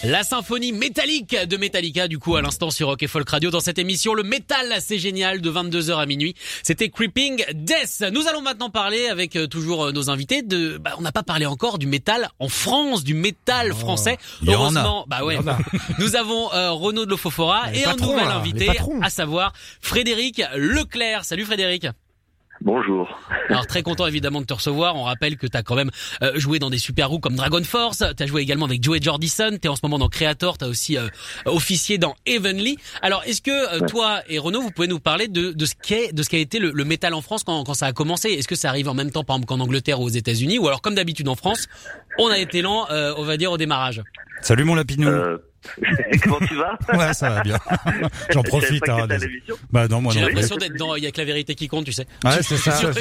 La symphonie métallique de Metallica, du coup, à l'instant sur Rock & Folk Radio dans cette émission. Le métal, c'est génial, de 22h à minuit. C'était Creeping Death. Nous allons maintenant parler avec toujours nos invités on n'a pas parlé encore du métal en France, du métal français. Heureusement, nous avons Renaud de Lofofora et un nouvel invité, à savoir Frédéric Leclerc. Salut Frédéric. Bonjour. Alors très content évidemment de te recevoir. On rappelle que t'as quand même joué dans des super groupes comme Dragon Force. T'as joué également avec Joey Jordison. T'es en ce moment dans Creator. T'as aussi officié dans Heavenly. Alors est-ce que toi et Renaud, vous pouvez nous parler de ce qu'a été le métal en France quand ça a commencé? Est-ce que ça arrive en même temps par exemple qu'en Angleterre ou aux États-Unis, ou alors comme d'habitude en France, on a été lent, on va dire, au démarrage? Salut mon lapinou. Comment tu vas? Ouais, ça va bien. J'en profite. Bah non, moi j'ai non. l'impression d'être dans Il y a que la vérité qui compte, tu sais. Ouais, c'est ça. Non,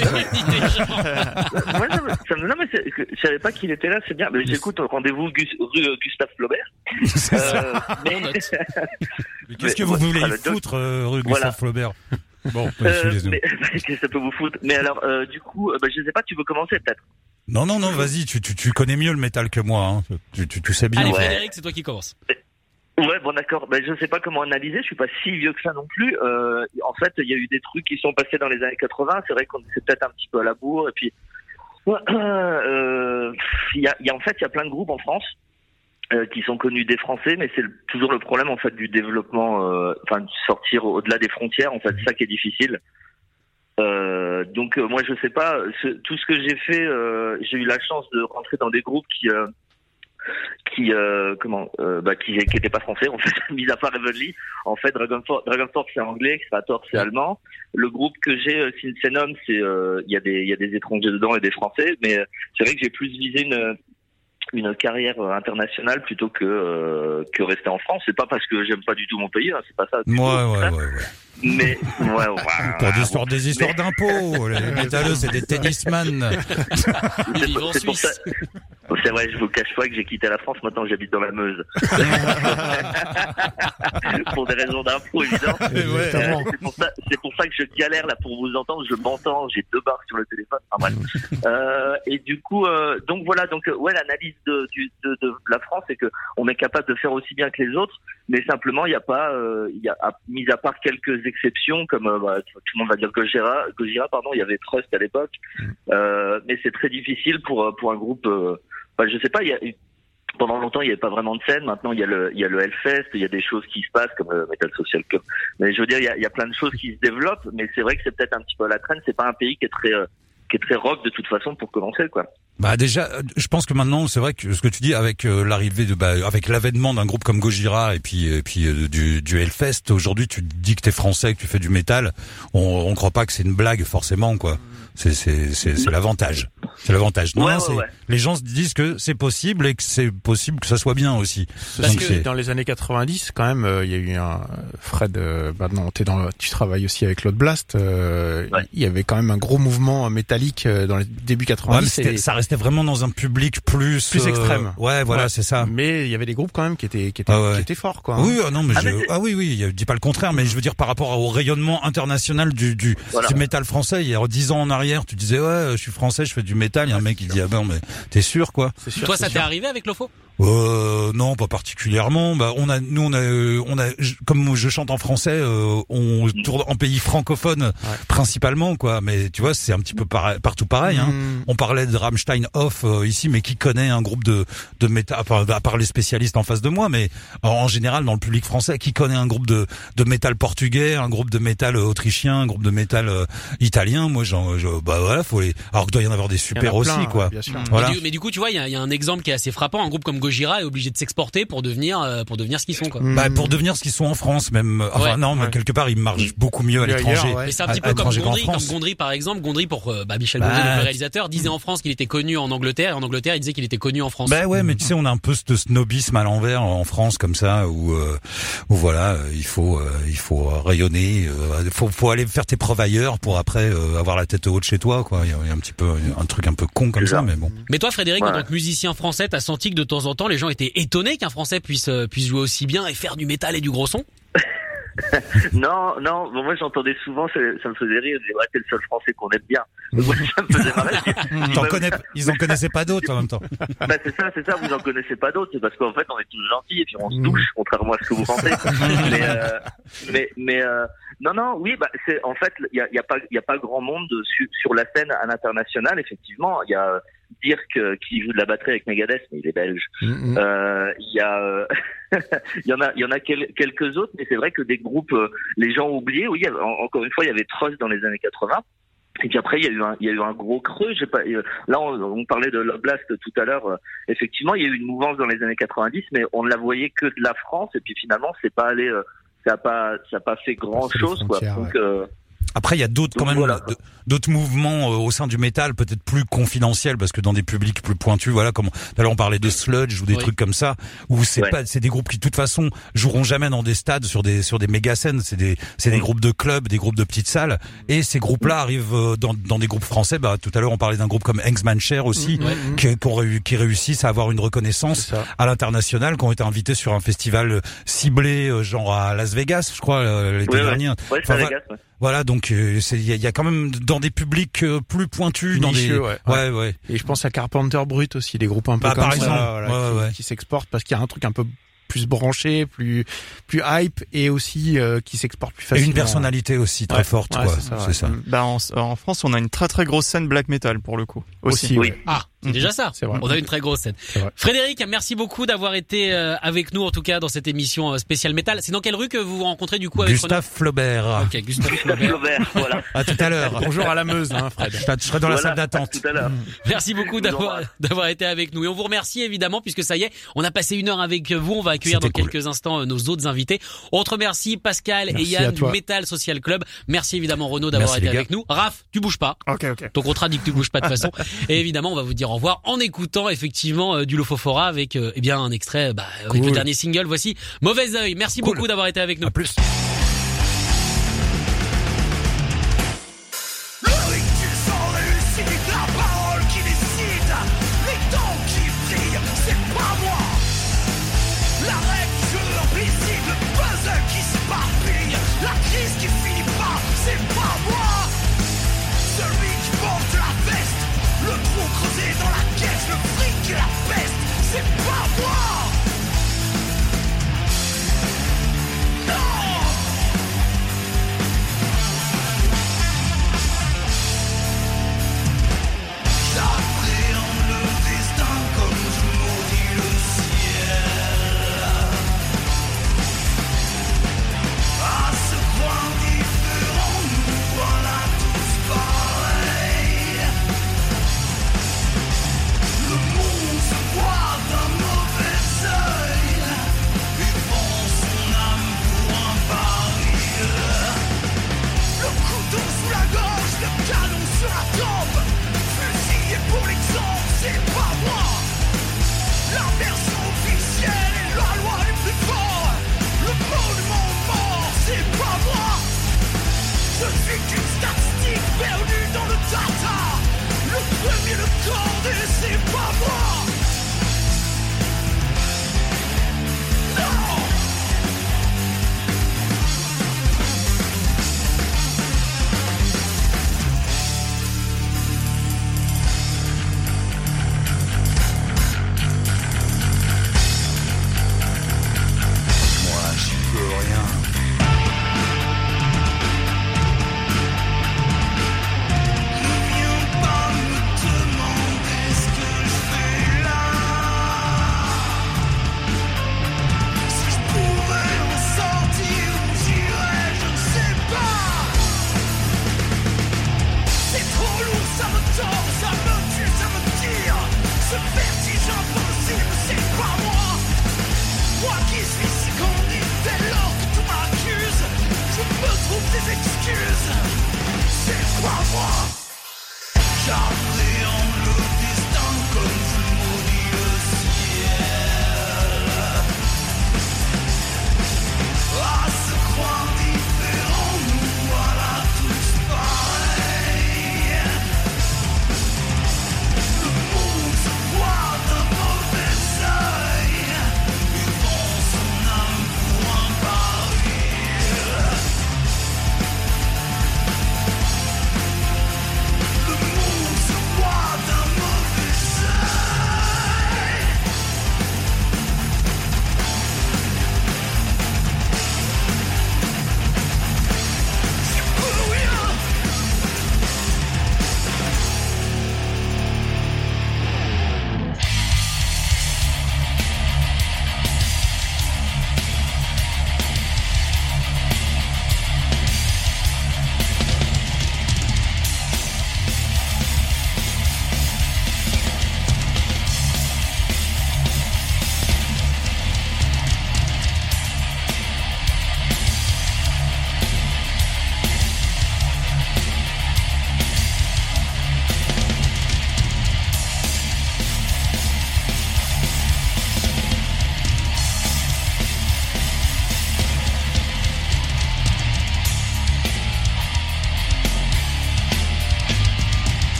mais je savais pas qu'il était là, c'est bien. Mais j'écoute au rendez-vous rue Gustave Flaubert. C'est ça. Mais qu'est-ce que vous voulez foutre rue Gustave Flaubert? Bon, qu'est-ce que ça peut vous foutre? Mais alors, du coup, je sais pas, tu veux commencer peut-être? Non, vas-y, tu connais mieux le métal que moi, hein. Tu sais bien. Allez, Frédéric, c'est toi qui commence. Ouais, bon d'accord. Je sais pas comment analyser. Je suis pas si vieux que ça non plus. En fait, il y a eu des trucs qui sont passés dans les années 80. C'est vrai qu'on c'est peut-être un petit peu à la bourre. Et puis, il y a plein de groupes en France qui sont connus des Français, mais c'est toujours le problème en fait du développement, de sortir au-delà des frontières. En fait, c'est ça qui est difficile. Donc moi je sais pas, tout ce que j'ai fait, j'ai eu la chance de rentrer dans des groupes qui étaient pas français en fait, mis à part Heavenly. En fait, Dragon Force c'est anglais, Creator c'est allemand. Le groupe que j'ai, Synthenom, c'est il y a des étrangers dedans et des Français, mais c'est vrai que j'ai plus visé une carrière internationale plutôt que rester en France. C'est pas parce que j'aime pas du tout mon pays, hein, c'est pas ça. Ouais. Mais pour des histoires d'impôts, les métalleux c'est des tennisman. C'est pour ça. C'est vrai, je vous cache pas que j'ai quitté la France. Maintenant, j'habite dans la Meuse. Pour des raisons d'impôts, évidemment. C'est pour ça que je galère là pour vous entendre. Je m'entends, j'ai 2 barres sur le téléphone. Enfin bref. Et du coup, donc voilà. L'analyse de la France, c'est que on est capable de faire aussi bien que les autres, mais simplement, il y a pas, mis à part quelques exceptions comme tout le monde va dire Gojira, il y avait Trust à l'époque, mais c'est très difficile pour un groupe. Je sais pas, pendant longtemps, il n'y avait pas vraiment de scène. Maintenant, il y a le Hellfest, il y a des choses qui se passent comme le Metal Social Club. Mais je veux dire, il y a plein de choses qui se développent, mais c'est vrai que c'est peut-être un petit peu à la traîne. C'est pas un pays qui est très rock de toute façon pour commencer, quoi. Bah déjà, je pense que maintenant, c'est vrai que ce que tu dis avec l'arrivée avec l'avènement d'un groupe comme Gojira et puis du Hellfest, aujourd'hui, tu dis que t'es français, que tu fais du métal, on croit pas que c'est une blague forcément, quoi. C'est l'avantage. C'est l'avantage. Non, les gens se disent que c'est possible et que c'est possible que ça soit bien aussi. Parce que dans les années 90, quand même, il y a eu Fred, tu travailles aussi avec Load Blast, il y avait quand même un gros mouvement métallique dans les débuts 90. Ouais, ça restait vraiment dans un public plus extrême. Ouais, voilà, c'est ça. Mais il y avait des groupes quand même qui étaient forts, quoi. Oui, non, mais je dis pas le contraire, mais je veux dire par rapport au rayonnement international du métal français, il y a 10 ans en arrière, tu disais je suis français, je fais du métal, il y a un mec qui dit mais t'es sûr quoi? Toi ça t'est arrivé avec Lofo? Non, pas particulièrement. On a, comme je chante en français, on tourne en pays francophone principalement, quoi. Mais tu vois, c'est un petit peu partout pareil. Hein. On parlait de Rammstein Off ici, mais qui connaît un groupe de métal, à part les spécialistes en face de moi, mais en général dans le public français, qui connaît un groupe de métal portugais, un groupe de métal autrichien, un groupe de métal italien. Moi, faut les. Alors qu'il doit y en avoir des super aussi, quoi. Voilà. Mais du coup, tu vois, il y a un exemple qui est assez frappant. Un groupe comme Gojira est obligé de s'exporter pour devenir ce qu'ils sont, quoi. Pour devenir ce qu'ils sont en France, même. Mais quelque part, ils marchent beaucoup mieux à l'étranger. Mais c'est un petit peu comme Gondry, par exemple. Gondry pour Michel Gondry, le réalisateur, disait en France qu'il était connu en Angleterre, et en Angleterre, il disait qu'il était connu en France. Mais tu sais, on a un peu ce snobisme à l'envers en France, comme ça, où voilà, il faut rayonner, faut aller faire tes preuves ailleurs pour après avoir la tête haute chez toi, quoi. Il y a un petit peu un truc un peu con comme ça, mais bon. Mais toi, Frédéric, en tant que musicien français, t'as senti que de temps en temps, les gens étaient étonnés qu'un Français puisse jouer aussi bien et faire du métal et du gros son? Non, bon, moi j'entendais souvent, ça me faisait rire, je disais, ouais, t'es le seul Français qu'on aime bien. Moi, ça me faisait marrer. Ils en connaissaient pas d'autres en même temps. Bah c'est ça, vous en connaissez pas d'autres, c'est parce qu'en fait on est tous gentils et puis on se touche, contrairement à ce que vous pensez. mais non, oui, bah c'est en fait il y a pas grand monde sur la scène à l'international, effectivement. Il y a Dirk qui joue de la batterie avec Megadeth, mais il est belge. Il y en a quelques autres, mais c'est vrai que des groupes, les gens ont oublié. Oui, encore une fois, il y avait Trust dans les années 80. Et puis après, il y a eu un gros creux. Là, on parlait de l'Oblast tout à l'heure. Effectivement, il y a eu une mouvance dans les années 90, mais on ne la voyait que de la France. Et puis finalement, c'est pas allé, ça a pas fait grand chose, quoi. Donc, après, il y a d'autres d'autres mouvements au sein du métal, peut-être plus confidentiels, parce que dans des publics plus pointus, voilà, comme tout à l'heure on parlait de sludge ou des trucs comme ça, où c'est des groupes qui de toute façon joueront jamais dans des stades sur des méga scènes. C'est des groupes de clubs, des groupes de petites salles, et ces groupes-là arrivent dans des groupes français. Bah, tout à l'heure on parlait d'un groupe comme Hengsman Cher aussi, qui réussissent à avoir une reconnaissance à l'international, qui ont été invités sur un festival ciblé, genre à Las Vegas, je crois, l'été dernier. Ouais, c'est à Vegas, ouais. Voilà, donc il y a quand même dans des publics plus pointus, dans des ouais. Et je pense à Carpenter Brut aussi, des groupes un peu comme par ça, exemple, qui s'exportent parce qu'il y a un truc un peu plus branché, plus hype, et aussi qui s'exporte plus facilement. Et une personnalité aussi très forte, quoi. C'est ça. Bah en France, on a une très très grosse scène black metal pour le coup. Aussi. Oui. Ah, c'est déjà ça. C'est vrai. On a une très grosse scène. Frédéric, merci beaucoup d'avoir été avec nous, en tout cas dans cette émission spéciale métal. C'est dans quelle rue que vous vous rencontrez du coup avec Gustave Flaubert. Ok, Gustave Flaubert. Voilà. À tout à l'heure. Bonjour à la Meuse, Fred. Je serai dans la salle d'attente. À tout à l'heure. Merci beaucoup d'avoir été avec nous, et on vous remercie évidemment, puisque ça y est, on a passé 1 heure avec vous. On va accueillir dans quelques instants nos autres invités. On te remercie Pascal et Yann du Metal Social Club. Merci évidemment Renaud d'avoir été avec nous. Raph, tu bouges pas. Ok. Ton contrat dit que tu bouges pas de toute façon. Et évidemment, on va vous dire au revoir en écoutant effectivement du Lofofora avec un extrait avec le dernier single. Voici Mauvais Oeil. Merci beaucoup d'avoir été avec nous. À plus.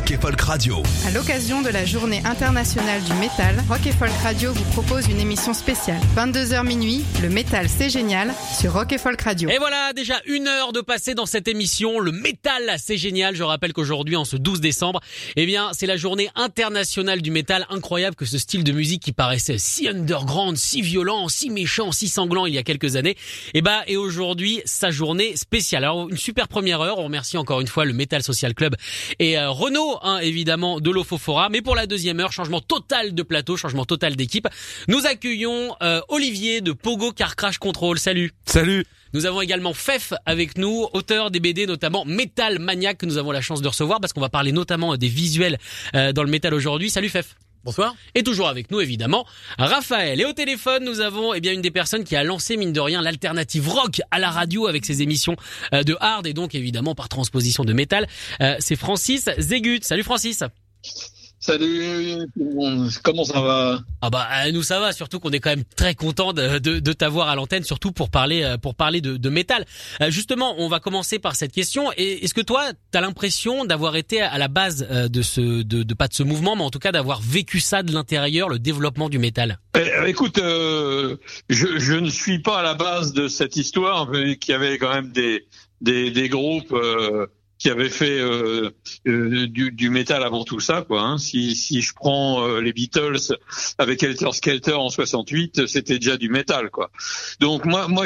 Rock et Folk Radio. À l'occasion de la journée internationale du métal, Rock et Folk Radio vous propose une émission spéciale. 22h minuit, le métal c'est génial sur Rock et Folk Radio. Et voilà, déjà 1 heure de passé dans cette émission. Le métal c'est génial. Je rappelle qu'aujourd'hui, en ce 12 décembre, eh bien, c'est la journée internationale du métal. Incroyable que ce style de musique qui paraissait si underground, si violent, si méchant, si sanglant il y a quelques années, et aujourd'hui, sa journée spéciale. Alors, une super première heure. On remercie encore une fois le Metal Social Club et Renaud, évidemment, de l'Ofofora. Mais pour la deuxième heure, changement total de plateau, changement total d'équipe. Nous accueillons Olivier de Pogo Car Crash Control. Salut. Salut. Nous avons également Fef avec nous, auteur des BD, notamment Metal Maniac, que nous avons la chance de recevoir parce qu'on va parler notamment des visuels dans le métal aujourd'hui. Salut Fef. Bonsoir. Et toujours avec nous, évidemment, Raphaël. Et au téléphone, nous avons une des personnes qui a lancé, mine de rien, l'alternative rock à la radio avec ses émissions de hard et donc évidemment par transposition de métal. C'est Francis Zegut. Salut Francis. Salut tout le monde, comment ça va? Nous ça va, surtout qu'on est quand même très content de t'avoir à l'antenne, surtout pour parler de métal. Justement, on va commencer par cette question. Et est-ce que toi, t'as l'impression d'avoir été à la base de ce mouvement, mais en tout cas d'avoir vécu ça de l'intérieur, le développement du métal? Écoute, je ne suis pas à la base de cette histoire, qu'il y avait quand même des groupes qui avait fait du métal avant tout ça, quoi. Hein. Si je prends les Beatles avec Helter Skelter en 68, c'était déjà du métal, quoi. Donc moi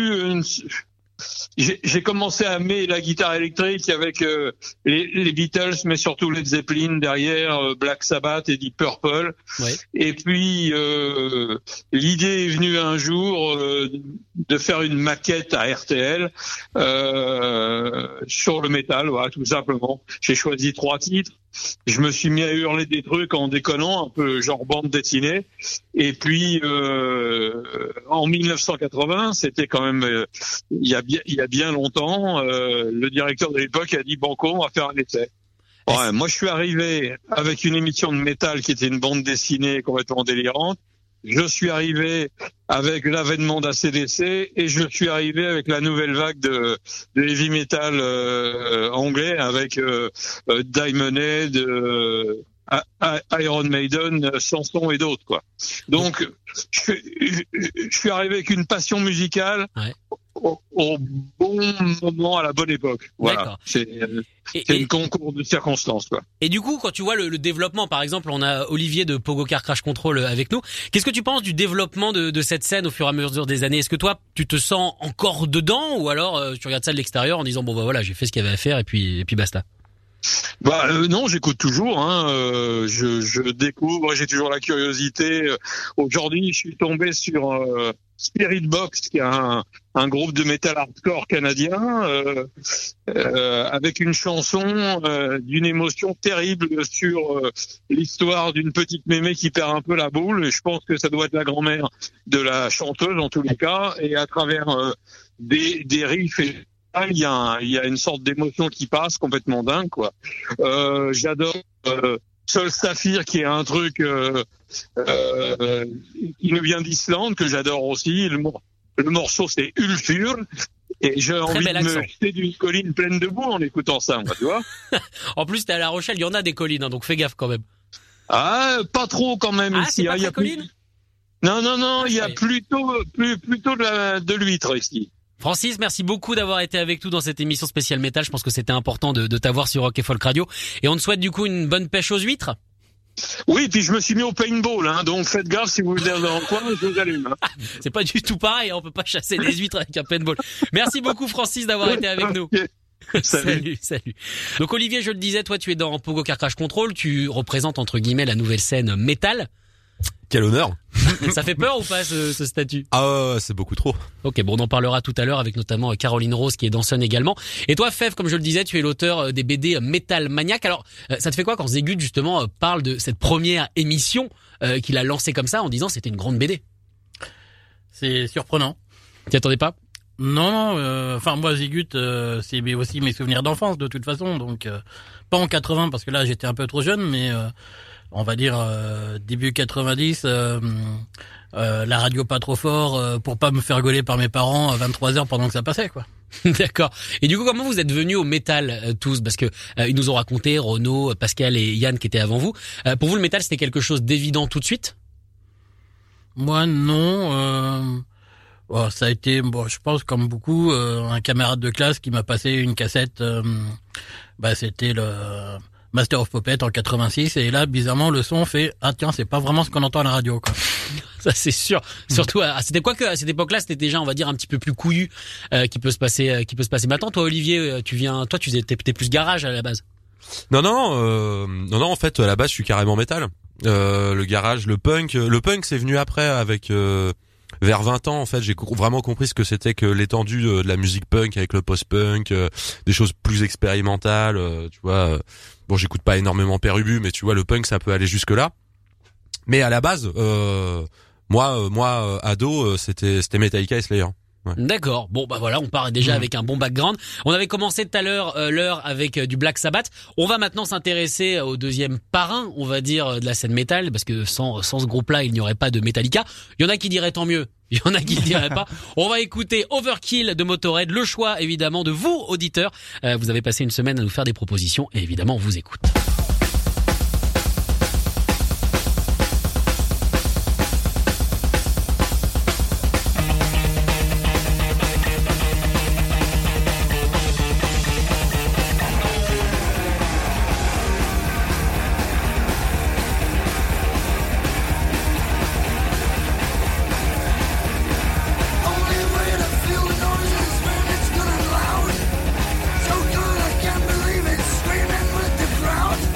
j'ai commencé à aimer la guitare électrique avec les Beatles, mais surtout Led Zeppelin derrière, Black Sabbath et Deep Purple. Ouais. Et puis l'idée est venue un jour de faire une maquette à RTL sur le métal, voilà, tout simplement. J'ai choisi 3 titres. Je me suis mis à hurler des trucs en déconnant, un peu genre bande dessinée. Et puis en 1980, c'était quand même il y a bien longtemps, le directeur de l'époque a dit banco, on va faire un essai. Ouais, moi je suis arrivé avec une émission de métal qui était une bande dessinée complètement délirante. Je suis arrivé avec l'avènement d'ACDC et je suis arrivé avec la nouvelle vague de heavy metal anglais avec Diamond Head, Iron Maiden, Samson et d'autres, quoi. Donc je suis arrivé avec une passion musicale. Ouais. Au bon moment, à la bonne époque. Voilà. C'est une concours de circonstances, quoi. Et du coup, quand tu vois le développement, par exemple, on a Olivier de Pogo Car Crash Control avec nous. Qu'est-ce que tu penses du développement de cette scène au fur et à mesure des années? Est-ce que toi, tu te sens encore dedans, ou alors tu regardes ça de l'extérieur en disant voilà, j'ai fait ce qu'il y avait à faire et puis basta? Non, j'écoute toujours. Je découvre. J'ai toujours la curiosité. Aujourd'hui, je suis tombé sur Spirit Box, qui est un groupe de metal hardcore canadien, avec une chanson d'une émotion terrible sur l'histoire d'une petite mémé qui perd un peu la boule. Et je pense que ça doit être la grand-mère de la chanteuse en tous les cas. Et à travers des riffs et il y a une sorte d'émotion qui passe complètement dingue, quoi. J'adore Sol Saphir, qui est un truc qui nous vient d'Islande, que j'adore aussi. Le morceau c'est Ulfur, et j'ai envie de me jeter d'une colline pleine de boue en écoutant ça, moi, tu vois. En plus, t'es à La Rochelle, il y en a des collines, donc fais gaffe quand même. Pas trop quand même ici. C'est pas très colline ? Non, il y a plutôt de l'huître ici. Francis, merci beaucoup d'avoir été avec nous dans cette émission spéciale métal. Je pense que c'était important de t'avoir sur Rock et Folk Radio. Et on te souhaite du coup une bonne pêche aux huîtres. Oui, puis je me suis mis au paintball, donc faites gaffe si vous êtes dans le coin, je vous allume. C'est pas du tout pareil, on peut pas chasser les huîtres avec un paintball. Merci beaucoup Francis d'avoir été avec nous. Salut. Donc Olivier, je le disais, toi tu es dans Pogo Car Crash Control, tu représentes entre guillemets la nouvelle scène métal. Quel honneur. Ça fait peur ou pas ce statut? C'est beaucoup trop. Ok, bon, on en parlera tout à l'heure avec notamment Caroline Rose qui est danseuse également. Et toi, Fef, comme je le disais, tu es l'auteur des BD Metal Maniac. Alors, ça te fait quoi quand Zegut justement parle de cette première émission qu'il a lancée comme ça en disant c'était une grande BD? C'est surprenant. T'y attendais pas? Non. Enfin, moi, Zegut, c'est aussi mes souvenirs d'enfance de toute façon. Donc, pas en 80 parce que là, j'étais un peu trop jeune, mais on va dire début 90, la radio pas trop fort pour pas me faire gauler par mes parents à 23h pendant que ça passait, quoi. D'accord. Et du coup, comment vous êtes venus au métal tous? Parce que ils nous ont raconté, Renaud, Pascal et Yann qui étaient avant vous. Pour vous, le métal, c'était quelque chose d'évident tout de suite? Moi, non. Ça a été, je pense comme beaucoup, un camarade de classe qui m'a passé une cassette. C'était le Master of Puppets en 86, et là, bizarrement, le son fait tiens, c'est pas vraiment ce qu'on entend à la radio, quoi. Ça c'est sûr. Surtout c'était quoi que à cette époque-là, c'était déjà, on va dire, un petit peu plus couillu qui peut se passer maintenant. Toi, Olivier, t'es plus garage à la base. Non, en fait, à la base, je suis carrément métal. Le garage, le punk c'est venu après avec vers 20 ans, en fait, j'ai vraiment compris ce que c'était que l'étendue de la musique punk avec le post-punk, des choses plus expérimentales, tu vois. Bon, j'écoute pas énormément Père Ubu, mais tu vois, le punk, ça peut aller jusque là. Mais à la base, moi, ado, c'était Metallica et Slayer. Ouais. D'accord. Bon, voilà, on part déjà avec un bon background. On avait commencé tout à l'heure l'heure avec du Black Sabbath. On va maintenant s'intéresser au deuxième parrain, on va dire, de la scène métal, parce que sans ce groupe-là, il n'y aurait pas de Metallica. Il y en a qui diraient tant mieux. Il y en a qui ne diraient pas. On va écouter Overkill de Motörhead. Le choix, évidemment, de vous, auditeurs. Vous avez passé une semaine à nous faire des propositions et évidemment, on vous écoute. Screaming with the crowd.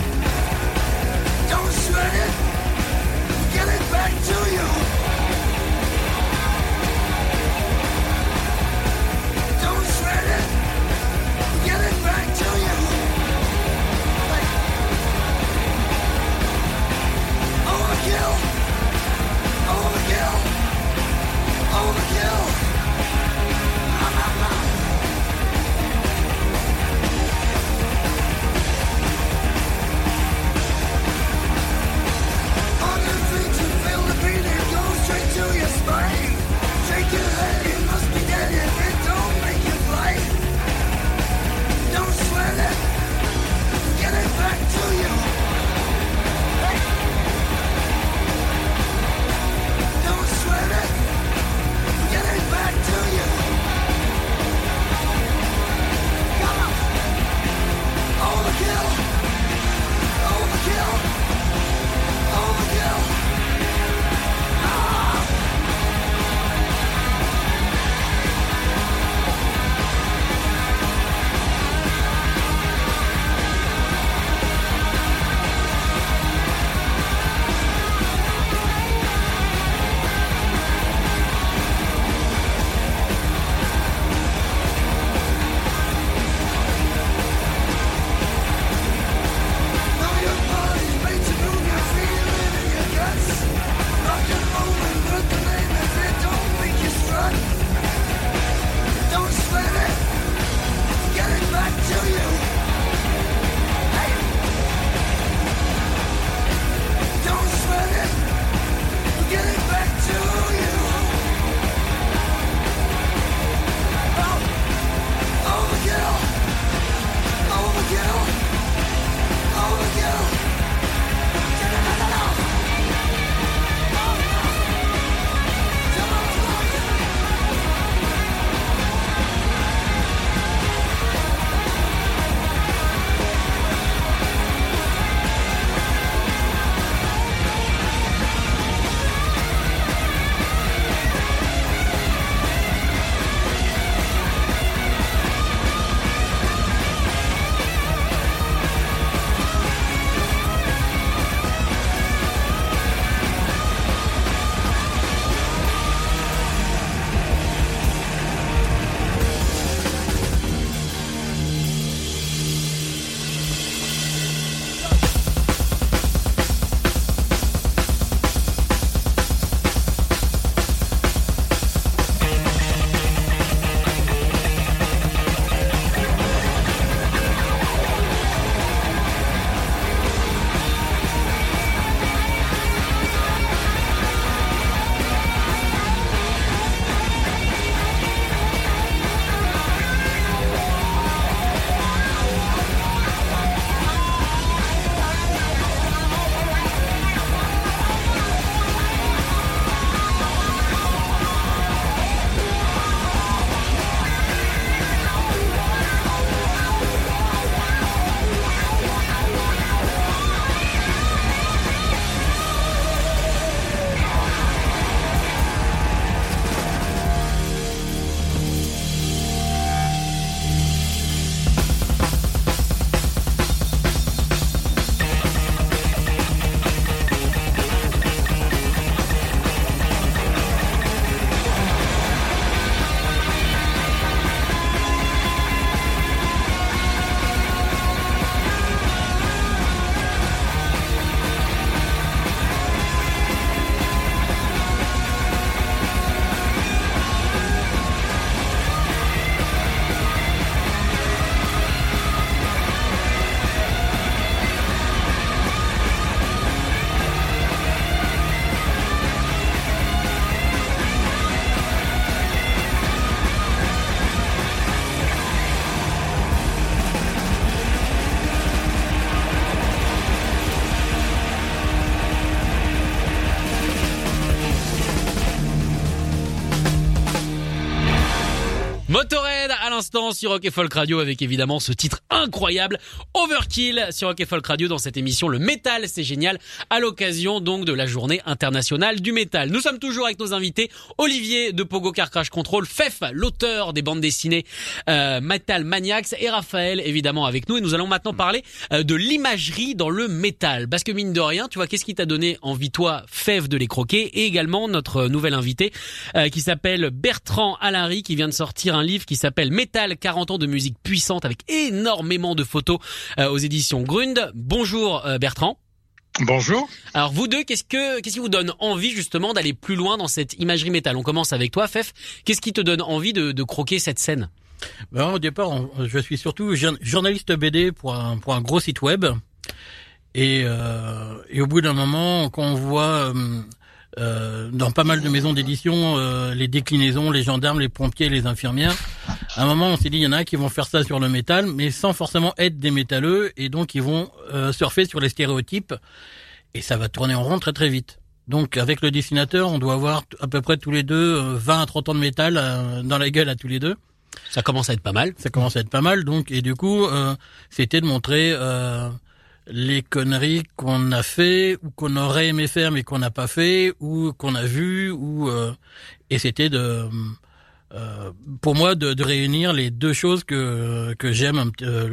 Motorhead à l'instant sur Rock & Folk Radio avec évidemment ce titre incroyable Overkill sur Rock & Folk Radio dans cette émission Le Métal, c'est génial à l'occasion donc de la journée internationale du métal. Nous sommes toujours avec nos invités Olivier de Pogo Car Crash Control, Fef, l'auteur des bandes dessinées Metal Maniacs et Raphaël évidemment avec nous et nous allons maintenant parler de l'imagerie dans le métal parce que mine de rien, tu vois, qu'est-ce qui t'a donné envie toi Fef de les croquer et également notre nouvel invité qui s'appelle Bertrand Alary qui vient de sortir un livre qui s'appelle Métal, 40 ans de musique puissante avec énormément de photos aux éditions Grund. Bonjour Bertrand. Bonjour. Alors vous deux, qu'est-ce qui vous donne envie justement d'aller plus loin dans cette imagerie métal? On commence avec toi Fef. Qu'est-ce qui te donne envie de croquer cette scène? Au départ, je suis surtout journaliste BD pour un gros site web. Et au bout d'un moment, quand on voit dans pas mal de maisons d'édition les déclinaisons, les gendarmes, les pompiers, les infirmières, à un moment on s'est dit il y en a qui vont faire ça sur le métal mais sans forcément être des métalleux et donc ils vont surfer sur les stéréotypes et ça va tourner en rond très très vite. Donc avec le dessinateur on doit avoir à peu près tous les deux 20 à 30 ans de métal dans la gueule à tous les deux. Ça commence à être pas mal. Donc et du coup c'était de montrer les conneries qu'on a fait ou qu'on aurait aimé faire mais qu'on n'a pas fait ou qu'on a vu et c'était pour moi de réunir les deux choses que j'aime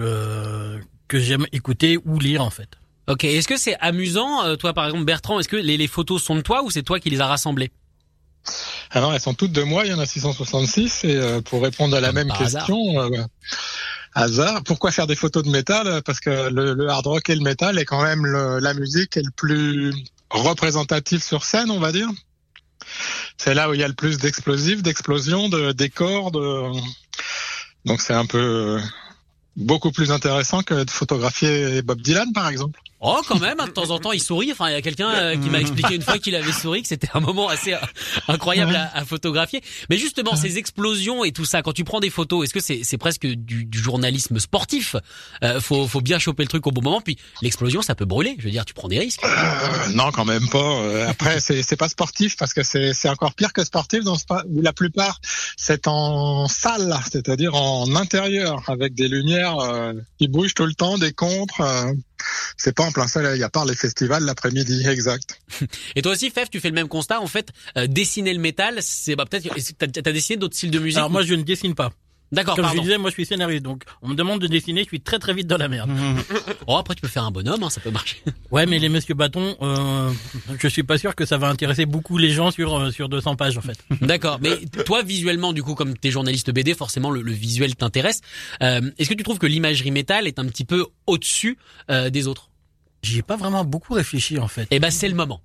écouter ou lire en fait. Ok, est-ce que c'est amusant toi par exemple Bertrand, est-ce que les photos sont de toi ou c'est toi qui les as rassemblées? Alors elles sont toutes de moi, il y en a 666 et pour répondre à la même question hasard. Pourquoi faire des photos de métal? Parce que le hard rock et le métal est quand même la musique est le plus représentative sur scène, on va dire. C'est là où il y a le plus d'explosifs, d'explosions, de décors. Donc c'est un peu beaucoup plus intéressant que de photographier Bob Dylan, par exemple. Oh, quand même, de temps en temps, il sourit. Enfin, il y a quelqu'un qui m'a expliqué une fois qu'il avait souri, que c'était un moment assez incroyable à photographier. Mais justement, ces explosions et tout ça, quand tu prends des photos, est-ce que c'est presque du journalisme sportif? Faut bien choper le truc au bon moment. Puis l'explosion, ça peut brûler. Je veux dire, tu prends des risques. Non, quand même pas. Après, c'est pas sportif parce que c'est encore pire que sportif où la plupart c'est en salle, c'est-à-dire en intérieur avec des lumières qui bougent tout le temps, des contres. C'est pas en plein soleil, à part les festivals l'après-midi, exact. Et toi aussi, Fef, tu fais le même constat, en fait, dessiner le métal, c'est peut-être, t'as dessiné d'autres styles de musique? Alors moi, je ne dessine pas. D'accord, Comme je disais, moi je suis scénariste, donc on me demande de dessiner, je suis très très vite dans la merde. Oh, après tu peux faire un bonhomme, hein, ça peut marcher. Ouais, mais les Monsieur Bâton, je suis pas sûr que ça va intéresser beaucoup les gens sur 200 pages en fait. D'accord, mais toi visuellement, du coup, comme t'es journaliste BD, forcément le visuel t'intéresse. Est-ce que tu trouves que l'imagerie métal est un petit peu au-dessus des autres? J'y ai pas vraiment beaucoup réfléchi en fait. Eh ben c'est le moment.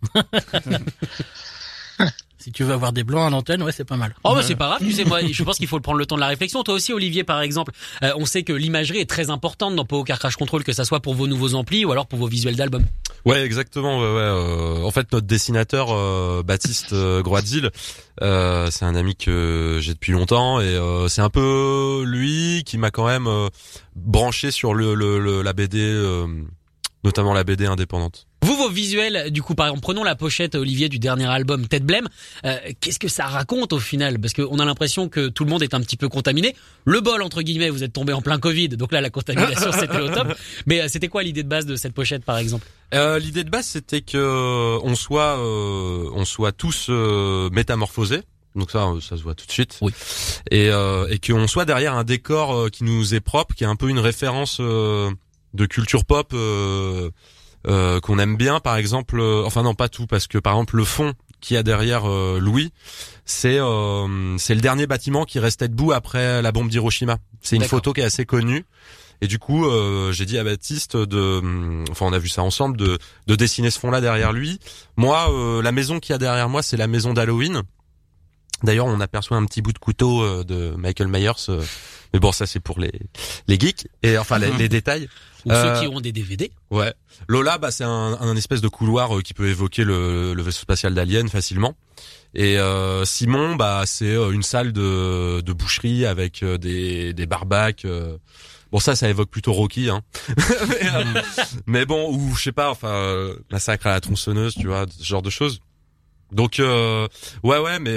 Si tu veux avoir des blancs à l'antenne, ouais, c'est pas mal. Oh, bah, c'est pas grave, tu sais, moi, je pense qu'il faut prendre le temps de la réflexion. Toi aussi, Olivier, par exemple, on sait que l'imagerie est très importante dans Pogo Car Crash Control, que ça soit pour vos nouveaux amplis ou alors pour vos visuels d'album. Ouais, exactement. En fait, notre dessinateur, Baptiste Groadzil, c'est un ami que j'ai depuis longtemps et c'est un peu lui qui m'a quand même branché sur la BD, notamment la BD indépendante. Vous, vos visuels, du coup, par exemple, prenons la pochette, Olivier, du dernier album Tête Blême. Qu'est-ce que ça raconte au final? Parce qu'on a l'impression que tout le monde est un petit peu contaminé. Le bol, entre guillemets, vous êtes tombé en plein Covid, donc là, la contamination, c'était au top. Mais c'était quoi l'idée de base de cette pochette, par exemple? L'idée de base, c'était que on soit tous métamorphosés. Donc ça se voit tout de suite. Oui. Et qu'on soit derrière un décor qui nous est propre, qui est un peu une référence de culture pop. Qu'on aime bien, par exemple, enfin non pas tout, parce que par exemple le fond qu'il y a derrière Louis, c'est le dernier bâtiment qui restait debout après la bombe d'Hiroshima. C'est une photo qui est assez connue. Et du coup, j'ai dit à Baptiste on a vu ça ensemble, de dessiner ce fond-là derrière lui. Moi, la maison qu'il y a derrière moi, c'est la maison d'Halloween. D'ailleurs, on aperçoit un petit bout de couteau de Michael Myers. Mais bon, ça c'est pour les geeks et enfin les détails. Ou ceux qui ont des DVD. Ouais. Lola, c'est un espèce de couloir qui peut évoquer le vaisseau spatial d'Alien facilement. Et Simon, c'est une salle de boucherie avec des barbacs. Bon, ça évoque plutôt Rocky, hein. mais bon, ou je sais pas, massacre à la tronçonneuse, tu vois, ce genre de choses. Donc ouais, mais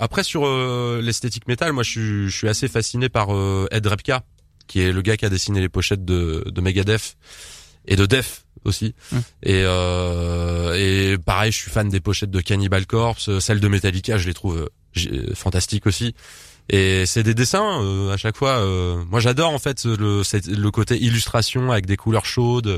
Après sur l'esthétique métal, moi je suis assez fasciné par Ed Repka, qui est le gars qui a dessiné les pochettes de Megadeth et de Def aussi. Et pareil, je suis fan des pochettes de Cannibal Corpse, celles de Metallica, je les trouve fantastiques aussi. Et c'est des dessins à chaque fois. Moi j'adore en fait le côté illustration avec des couleurs chaudes.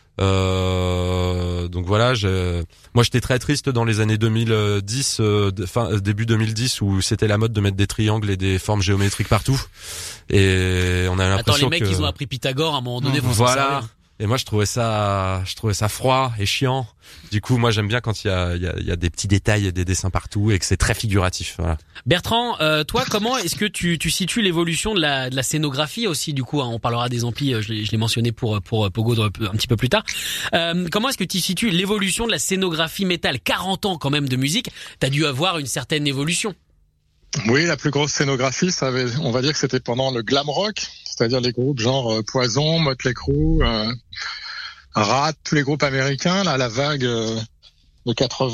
Donc voilà, moi j'étais très triste dans les années 2010, début 2010, où c'était la mode de mettre des triangles et des formes géométriques partout. Et on a l'impression les mecs, ils ont appris Pythagore à un moment donné. Voilà. Et moi je trouvais ça froid et chiant. Du coup, moi j'aime bien quand il y a des petits détails et des dessins partout et que c'est très figuratif. Voilà. Bertrand, toi, comment est-ce que tu situes l'évolution de la scénographie aussi, du coup, hein, on parlera des amplis, je l'ai mentionné pour Pogo un petit peu plus tard. Comment est-ce que tu situes l'évolution de la scénographie métal? 40 ans quand même de musique, t'as dû avoir une certaine évolution. Oui, la plus grosse scénographie, on va dire que c'était pendant le glam rock, c'est-à-dire les groupes genre Poison, Motley Crue, Rat, tous les groupes américains, là, la vague de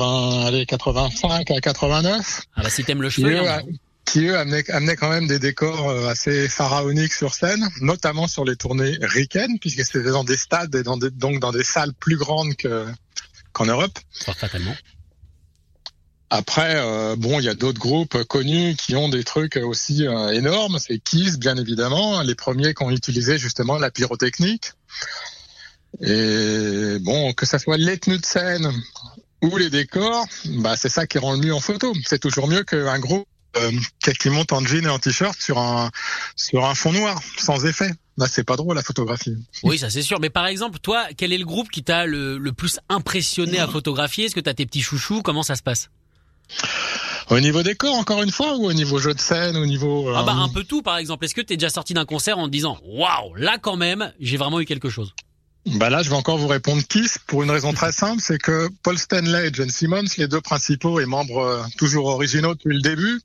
85 à 89. Ah bah si t'aimes le cheveu, qui eux amenaient quand même des décors assez pharaoniques sur scène, notamment sur les tournées Riken, puisque c'était dans des stades et donc dans des salles plus grandes qu'en Europe. Fatalement. Après, il y a d'autres groupes connus qui ont des trucs aussi énormes. C'est Kiss, bien évidemment, les premiers qui ont utilisé justement la pyrotechnique. Et bon, que ça soit les tenues de scène ou les décors, bah c'est ça qui rend le mieux en photo. C'est toujours mieux qu'un groupe qui monte en jean et en t-shirt sur un fond noir, sans effet. Là, c'est pas drôle la photographie. Oui, ça c'est sûr. Mais par exemple, toi, quel est le groupe qui t'a le plus impressionné à photographier? Est-ce que t'as tes petits chouchous? Comment ça se passe? Au niveau décor, encore une fois, ou au niveau jeu de scène, au niveau... un peu tout, par exemple. Est-ce que t'es déjà sorti d'un concert en te disant « Waouh, là quand même, j'ai vraiment eu quelque chose ». Bah là, je vais encore vous répondre Kiss pour une raison très simple, c'est que Paul Stanley et Gene Simmons, les deux principaux et membres toujours originaux depuis le début,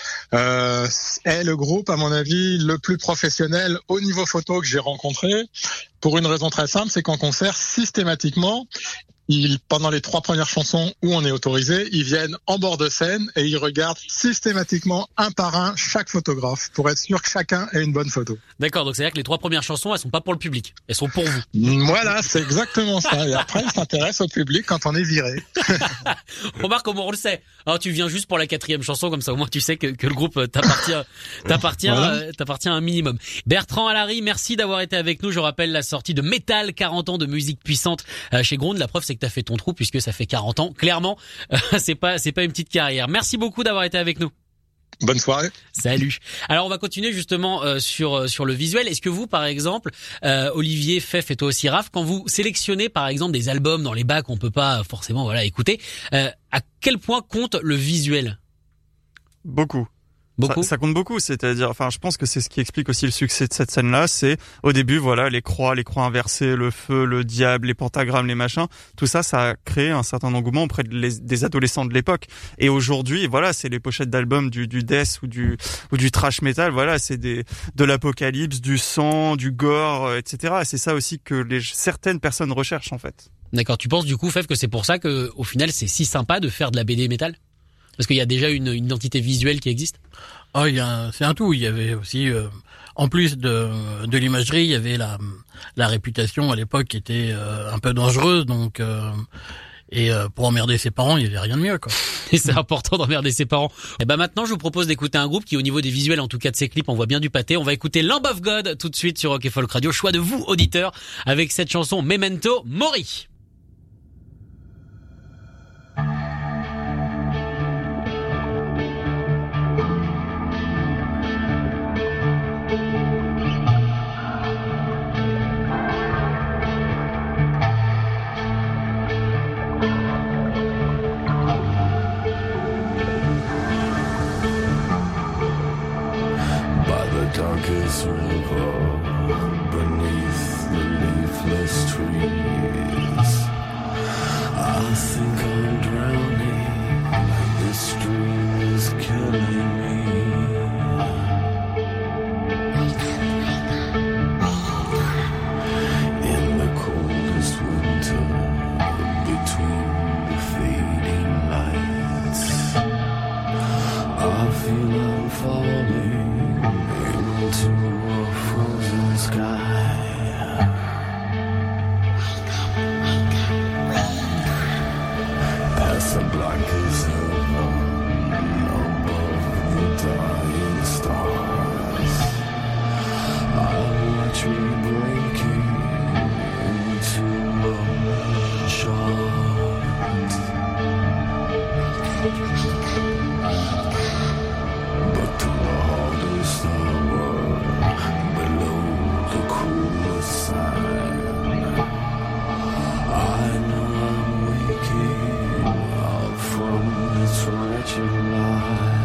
est le groupe, à mon avis, le plus professionnel au niveau photo que j'ai rencontré. Pour une raison très simple, c'est qu'en concert, systématiquement, pendant les 3 premières chansons où on est autorisé, ils viennent en bord de scène et ils regardent systématiquement un par un chaque photographe pour être sûr que chacun ait une bonne photo. D'accord, donc c'est-à-dire que les 3 premières chansons, elles sont pas pour le public, elles sont pour vous. Voilà, c'est exactement ça. Et après, ils s'intéressent au public quand on est viré. Remarque comment on le sait. Alors, tu viens juste pour la 4e chanson, comme ça au moins tu sais que le groupe t'appartient un minimum. Bertrand Allary, merci d'avoir été avec nous. Je rappelle la sortie de Metal, 40 ans de musique puissante chez Gronde. La preuve, c'est que t'as fait ton trou puisque ça fait 40 ans. Clairement, c'est pas une petite carrière. Merci beaucoup d'avoir été avec nous. Bonne soirée. Salut. Alors on va continuer justement sur le visuel. Est-ce que vous, par exemple, Olivier, Fef et toi aussi Raph, quand vous sélectionnez par exemple des albums dans les bacs qu'on peut pas forcément écouter, à quel point compte le visuel? Beaucoup. Ça compte beaucoup, c'est-à-dire, je pense que c'est ce qui explique aussi le succès de cette scène-là, c'est, au début, les croix inversées, le feu, le diable, les pentagrammes, les machins, tout ça, ça a créé un certain engouement auprès des adolescents de l'époque. Et aujourd'hui, c'est les pochettes d'albums du death ou du trash metal, c'est de l'apocalypse, du sang, du gore, etc. Et c'est ça aussi que certaines personnes recherchent, en fait. D'accord. Tu penses, du coup, Fef, que c'est pour ça que, au final, c'est si sympa de faire de la BD métal? Parce qu'il y a déjà une identité visuelle qui existe. C'est un tout. Il y avait aussi, en plus de l'imagerie, il y avait la réputation à l'époque qui était un peu dangereuse. Donc, pour emmerder ses parents, il y avait rien de mieux, quoi. Et c'est important d'emmerder ses parents. Et maintenant, je vous propose d'écouter un groupe qui, au niveau des visuels, en tout cas de ses clips, on voit bien du pâté. On va écouter Lamb of God tout de suite sur Rock & Folk Radio. Choix de vous, auditeurs, avec cette chanson Memento Mori. Darkest river beneath the leafless trees, I think I'm drowning. This dream is killing me. In the coldest winter, between the fading lights, I feel I'm falling into a frozen sky. Past the blackest heaven, above the dying stars, I watch me breaking into a million shards. But to the hardest hour, below the coolest sand, I know I'm waking up from this wretched life.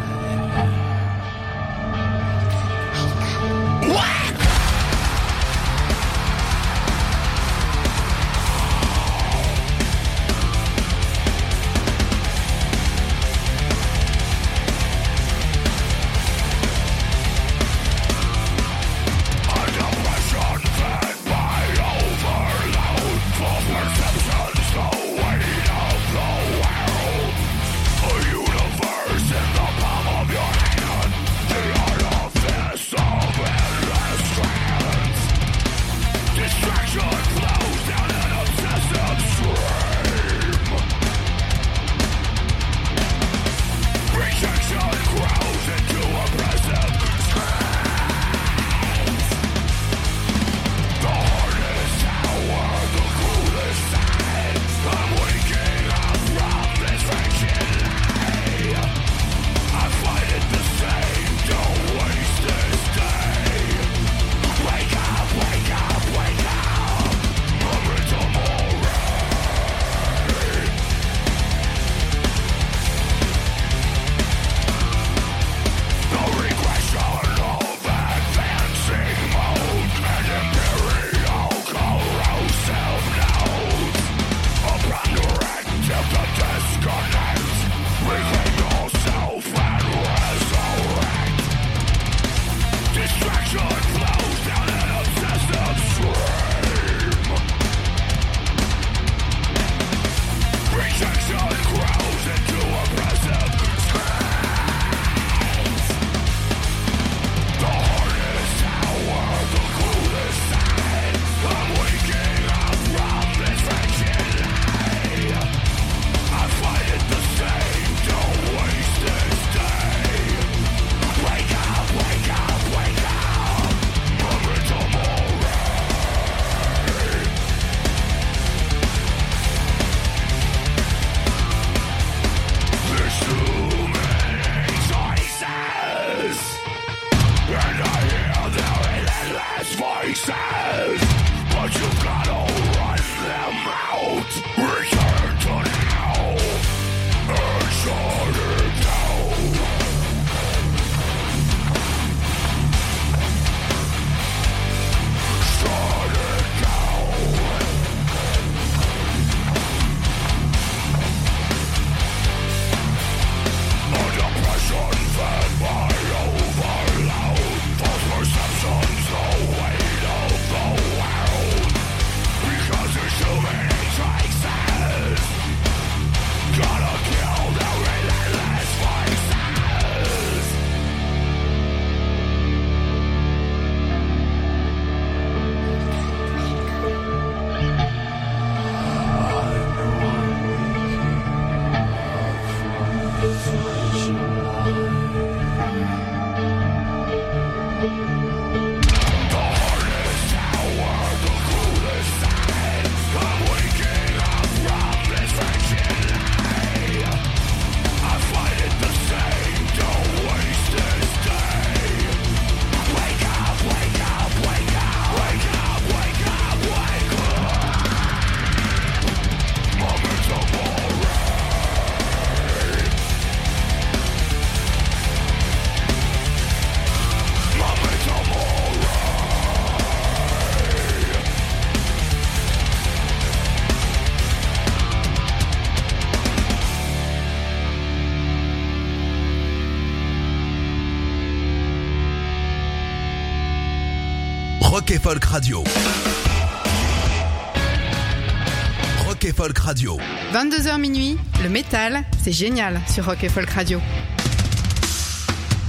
Rock et Folk Radio. Rock et Folk Radio. 22h minuit, le métal, c'est génial sur Rock et Folk Radio.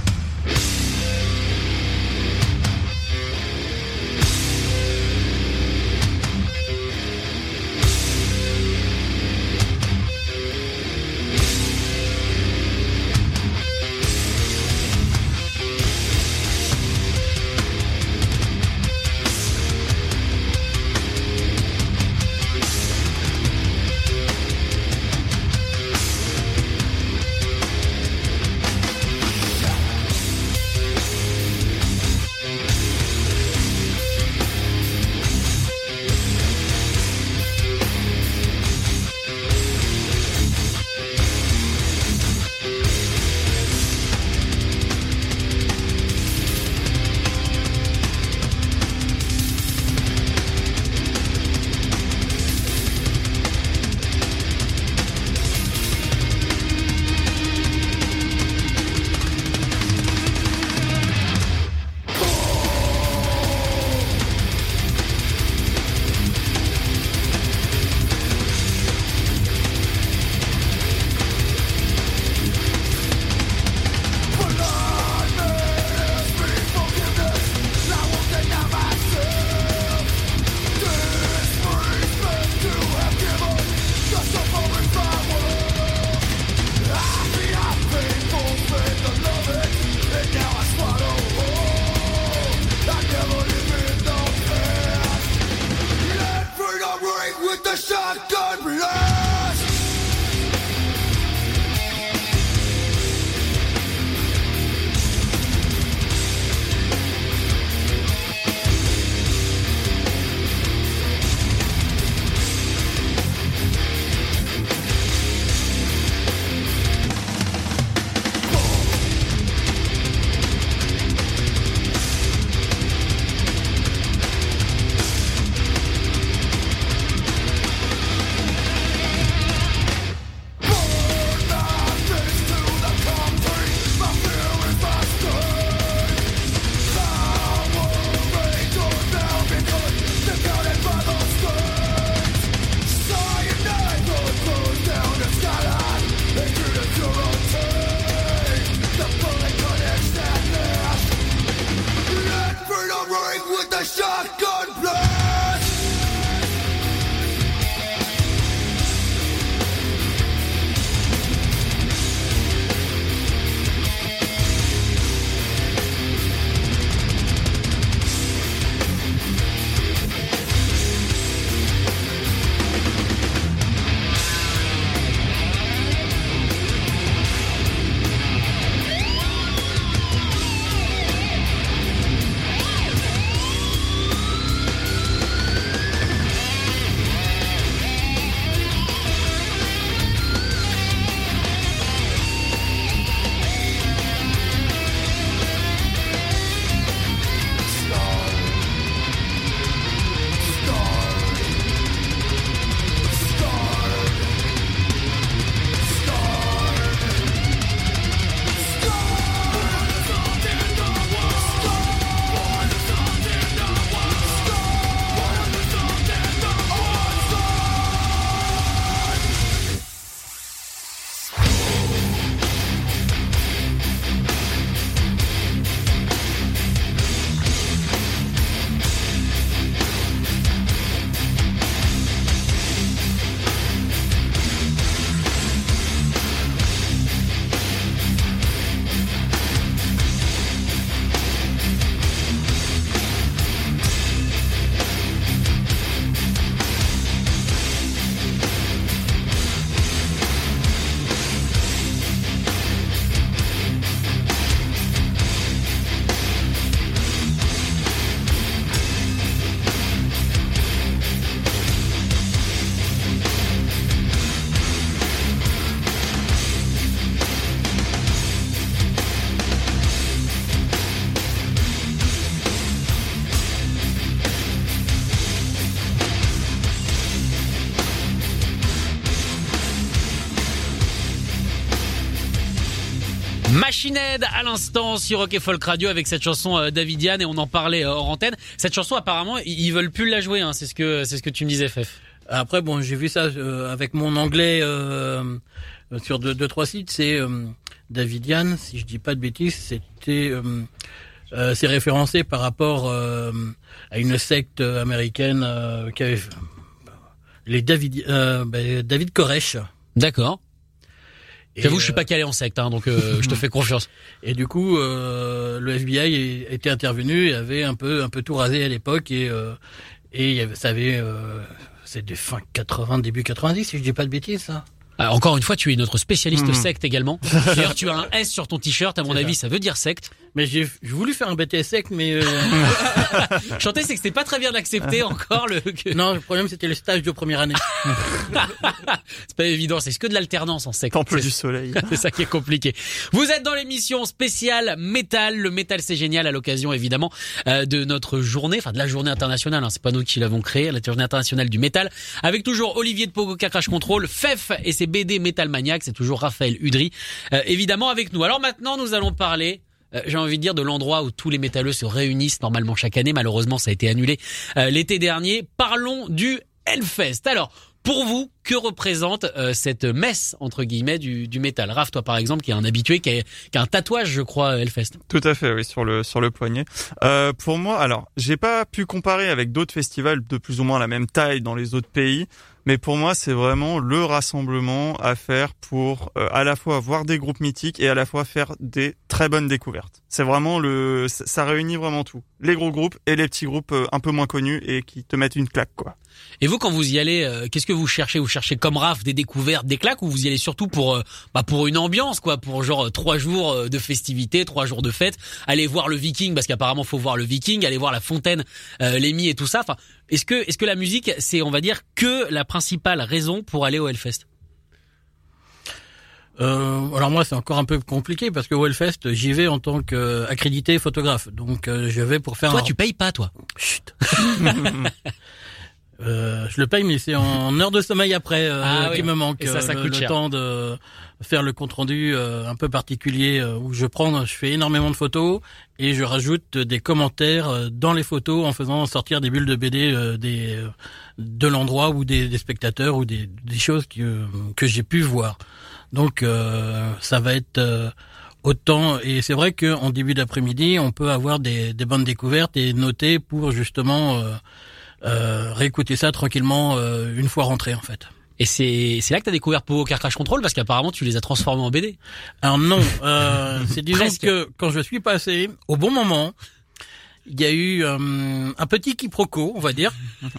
Machine Head à l'instant sur Rock & Folk Radio avec cette chanson Davidian, et on en parlait hors antenne. Cette chanson apparemment ils veulent plus la jouer, hein. C'est ce que tu me disais, Fef. Après bon, j'ai vu ça avec mon anglais sur deux trois sites. C'est Davidian, si je dis pas de bêtises, c'était c'est référencé par rapport à une secte américaine qui avait les David Koresh. D'accord. J'avoue, je suis pas calé en secte, hein, donc je te fais confiance. Et du coup, le FBI était intervenu et avait un peu tout rasé à l'époque, et c'est des fin 80, début 90, si je dis pas de bêtises, ça. Alors, encore une fois, tu es notre spécialiste secte également. D'ailleurs, tu as un S sur ton t-shirt, à mon avis, ça veut dire secte. Mais j'ai voulu faire un BTS secte, mais chanter, c'est que c'était pas très bien accepté encore Non, le problème c'était le stage de première année. C'est pas évident, c'est que de l'alternance en secte. Temple du soleil. C'est ça qui est compliqué. Vous êtes dans l'émission spéciale métal. Le métal, c'est génial, à l'occasion évidemment de notre journée, enfin de la journée internationale, hein, c'est pas nous qui l'avons créée, la journée internationale du métal, avec toujours Olivier de Pogo Crash Control, Fef et ses BD Metal Maniac, c'est toujours Raphaël Udry évidemment avec nous. Alors maintenant, nous allons parler, j'ai envie de dire, de l'endroit où tous les métalleux se réunissent normalement chaque année. Malheureusement, ça a été annulé l'été dernier. Parlons du Hellfest. Alors, pour vous, que représente cette messe entre guillemets du métal? Raph, toi par exemple, qui est un habitué, qui a un tatouage, je crois, Hellfest. Tout à fait, oui, sur le poignet. Pour moi, alors, j'ai pas pu comparer avec d'autres festivals de plus ou moins la même taille dans les autres pays. Mais pour moi, c'est vraiment le rassemblement à faire pour à la fois voir des groupes mythiques et à la fois faire des très bonnes découvertes. C'est vraiment ça réunit vraiment tout. Les gros groupes et les petits groupes un peu moins connus et qui te mettent une claque, quoi. Et vous, quand vous y allez, qu'est-ce que vous cherchez? Vous cherchez comme Raph des découvertes, des claques, ou vous y allez surtout pour une ambiance, quoi, pour genre 3 jours de festivités, 3 jours de fête, aller voir le Viking parce qu'apparemment faut voir le Viking, aller voir la fontaine, Lémy et tout ça. Enfin, est-ce que la musique, c'est, on va dire, que la principale raison pour aller au Hellfest? Alors moi c'est encore un peu compliqué parce que au Hellfest j'y vais en tant qu'accrédité photographe, donc je vais pour faire. Toi tu payes pas, toi. Chut. Je le paye, mais c'est en heure de sommeil après qui me manque. Et ça coûte le cher. temps de faire le compte rendu un peu particulier où je fais énormément de photos et je rajoute des commentaires dans les photos en faisant sortir des bulles de BD de l'endroit ou des spectateurs ou des choses que j'ai pu voir. Donc ça va être autant, et c'est vrai qu'en début d'après-midi on peut avoir des bonnes découvertes et noter pour justement réécouter ça tranquillement une fois rentré en fait. Et c'est là que t'as découvert Pogo Crash Control, parce qu'apparemment tu les as transformés en BD. Alors non, c'est disons que quand je suis passé au bon moment, il y a eu un petit quiproquo, on va dire.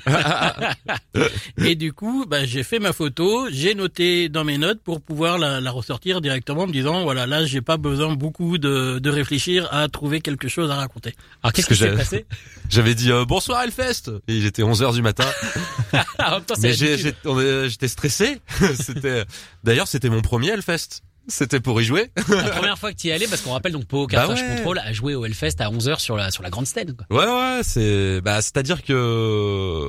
Et du coup, j'ai fait ma photo, j'ai noté dans mes notes pour pouvoir la ressortir directement en me disant, voilà, là, j'ai pas besoin beaucoup de réfléchir à trouver quelque chose à raconter. Alors, qu'est-ce qui s'est passé? J'avais dit bonsoir Hellfest et il était 11h du matin. Mais j'étais stressé. D'ailleurs, c'était mon premier Hellfest. C'était pour y jouer. La première fois que tu y allais, parce qu'on rappelle donc Pogo Crash Control a joué au Hellfest à 11h sur la grande scène, quoi. Ouais, c'est-à-dire que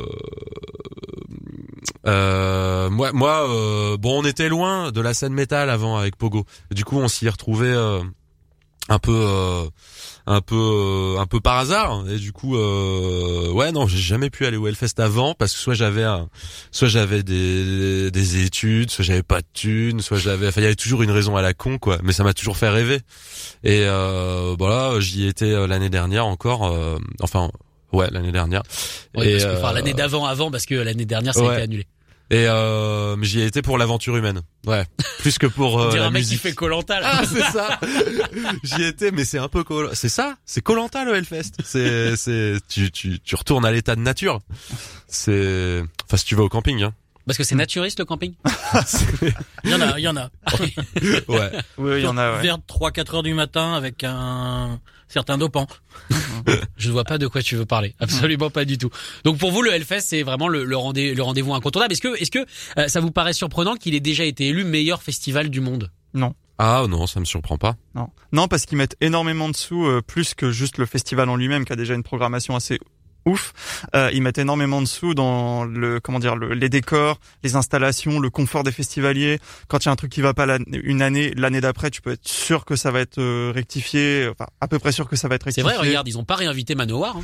moi on était loin de la scène métal avant avec Pogo. Du coup, on s'y est retrouvé un peu par hasard, et du coup j'ai jamais pu aller au Hellfest avant parce que soit j'avais des études, soit j'avais pas de thunes, il y avait toujours une raison à la con, quoi, mais ça m'a toujours fait rêver. Et j'y étais l'année dernière encore, l'année dernière. Ouais, et l'année d'avant parce que l'année dernière ça a été annulé. Et j'y ai été pour l'aventure humaine. Ouais, plus que pour la musique. Un mec qui fait Koh-Lanta là. Ah, c'est ça. J'y étais, mais c'est un peu c'est ça, c'est Koh-Lanta le Hellfest. Tu retournes à l'état de nature. Si tu vas au camping, hein. Parce que c'est naturiste le camping. Il y en a. Ouais. Oui, il y en a, ouais. Vers 3-4 heures du matin avec un certain dopant. Je ne vois pas de quoi tu veux parler. Absolument pas du tout. Donc pour vous, le Hellfest, c'est vraiment le rendez-vous incontournable. Est-ce que ça vous paraît surprenant qu'il ait déjà été élu meilleur festival du monde? Non. Ah non, ça me surprend pas. Non, parce qu'ils mettent énormément de sous, plus que juste le festival en lui-même, qui a déjà une programmation assez ouf. Ils mettent énormément de sous dans les décors, les installations, le confort des festivaliers. Quand il y a un truc qui va pas l'année d'après, tu peux être sûr que ça va être rectifié, enfin à peu près sûr que ça va être rectifié. C'est vrai, regarde, ils ont pas réinvité Manowar.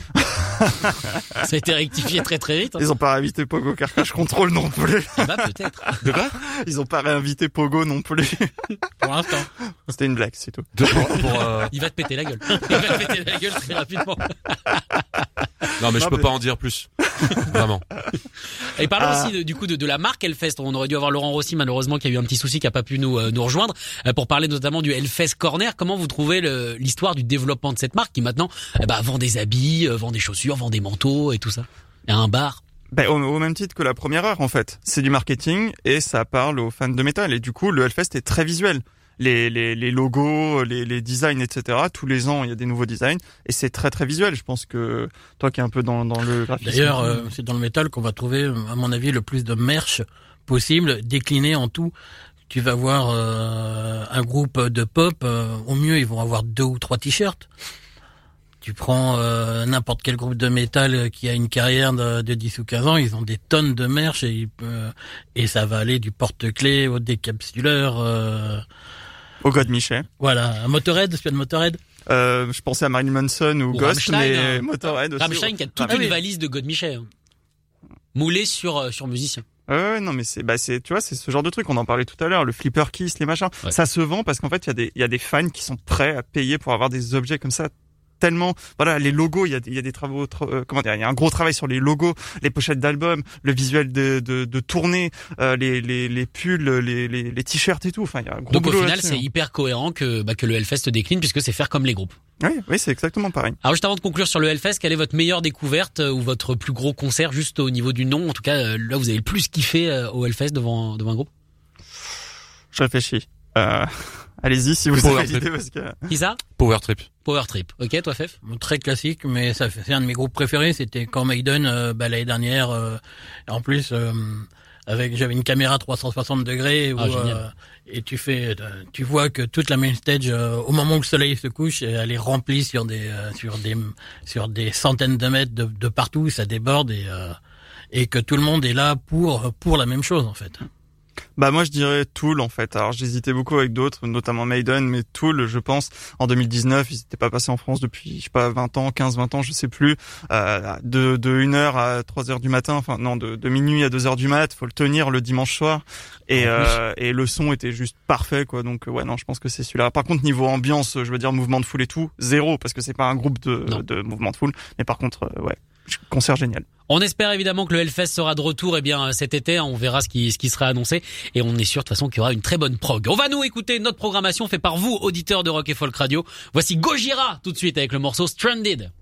Ça a été rectifié très très vite. Ils ont pas réinvité Pogo Car Crash Control non plus. Bah peut-être. De quoi? Ils ont pas réinvité Pogo non plus. Pour l'instant. C'était une blague, c'est tout. Il va te péter la gueule. Il va te péter la gueule très rapidement. Non mais je peux pas en dire plus. Vraiment. Et parlons aussi du coup de la marque Hellfest. On aurait dû avoir Laurent Rossi malheureusement qui a eu un petit souci, qui a pas pu nous rejoindre pour parler notamment du Hellfest Corner. Comment vous trouvez l'histoire du développement de cette marque qui maintenant vend des habits, vend des chaussures, vend des manteaux et tout ça. Il y a un bar. Au même titre que la première heure en fait. C'est du marketing et ça parle aux fans de métal et du coup le Hellfest est très visuel. Les logos, les designs, etc. Tous les ans, il y a des nouveaux designs et c'est très très visuel. Je pense que toi qui es un peu dans le graphisme. D'ailleurs, c'est dans le métal qu'on va trouver, à mon avis, le plus de merch possible, décliné en tout. Tu vas voir un groupe de pop, au mieux ils vont avoir 2 ou 3 t-shirts. Tu prends n'importe quel groupe de métal qui a une carrière de 10 ou 15 ans, ils ont des tonnes de merch et ça va aller du porte-clés au décapsuleur. Au God Michel. Voilà, un Motorhead, c'est pas de Motorhead. Je pensais à Marilyn Manson ou Ghost, Rammstein, mais Motorhead aussi. Rammstein qui a toute une valise de God Michel. Moulée sur musicien. Ouais, non, mais tu vois, c'est ce genre de truc. On en parlait tout à l'heure, le flipper kiss, les machins. Ouais. Ça se vend parce qu'en fait, il y a des fans qui sont prêts à payer pour avoir des objets comme ça. Tellement, voilà, les logos, il y a des travaux, il y a un gros travail sur les logos, les pochettes d'albums, le visuel de tournée, les pulls, les t-shirts et tout. Enfin, il y a un gros. Donc au final, c'est hyper cohérent que le Hellfest décline puisque c'est faire comme les groupes. Oui, c'est exactement pareil. Alors juste avant de conclure sur le Hellfest, quelle est votre meilleure découverte ou votre plus gros concert juste au niveau du nom? En tout cas, là, vous avez le plus kiffé au Hellfest devant un groupe? Je réfléchis. Allez-y si vous avez l'idée parce que... Qui ça? Power Trip. Power Trip. Ok, toi Fef? Très classique, mais c'est un de mes groupes préférés. C'était quand Maiden, l'année dernière. En plus, j'avais une caméra 360 degrés et tu vois que toute la main stage, au moment où le soleil se couche, elle est remplie sur des centaines de mètres de partout, ça déborde et que tout le monde est là pour la même chose en fait. Moi je dirais Tool en fait. Alors j'hésitais beaucoup avec d'autres, notamment Maiden, mais Tool, je pense, en 2019, ils n'étaient pas passés en France depuis, je sais pas, 20 ans, je sais plus, de 1h à 3h du matin, enfin non, de minuit à 2h du mat, faut le tenir le dimanche soir, et le son était juste parfait, quoi, donc ouais, non, je pense que c'est celui-là. Par contre, niveau ambiance, je veux dire mouvement de foule et tout, 0, parce que c'est pas un groupe de mouvement de foule, mais par contre, ouais, concert génial. On espère évidemment que le Hellfest sera de retour cet été. On verra ce qui sera annoncé et on est sûr de toute façon qu'il y aura une très bonne prog. On va nous écouter notre programmation faite par vous, auditeurs de Rock et Folk Radio. Voici Gojira tout de suite avec le morceau Stranded.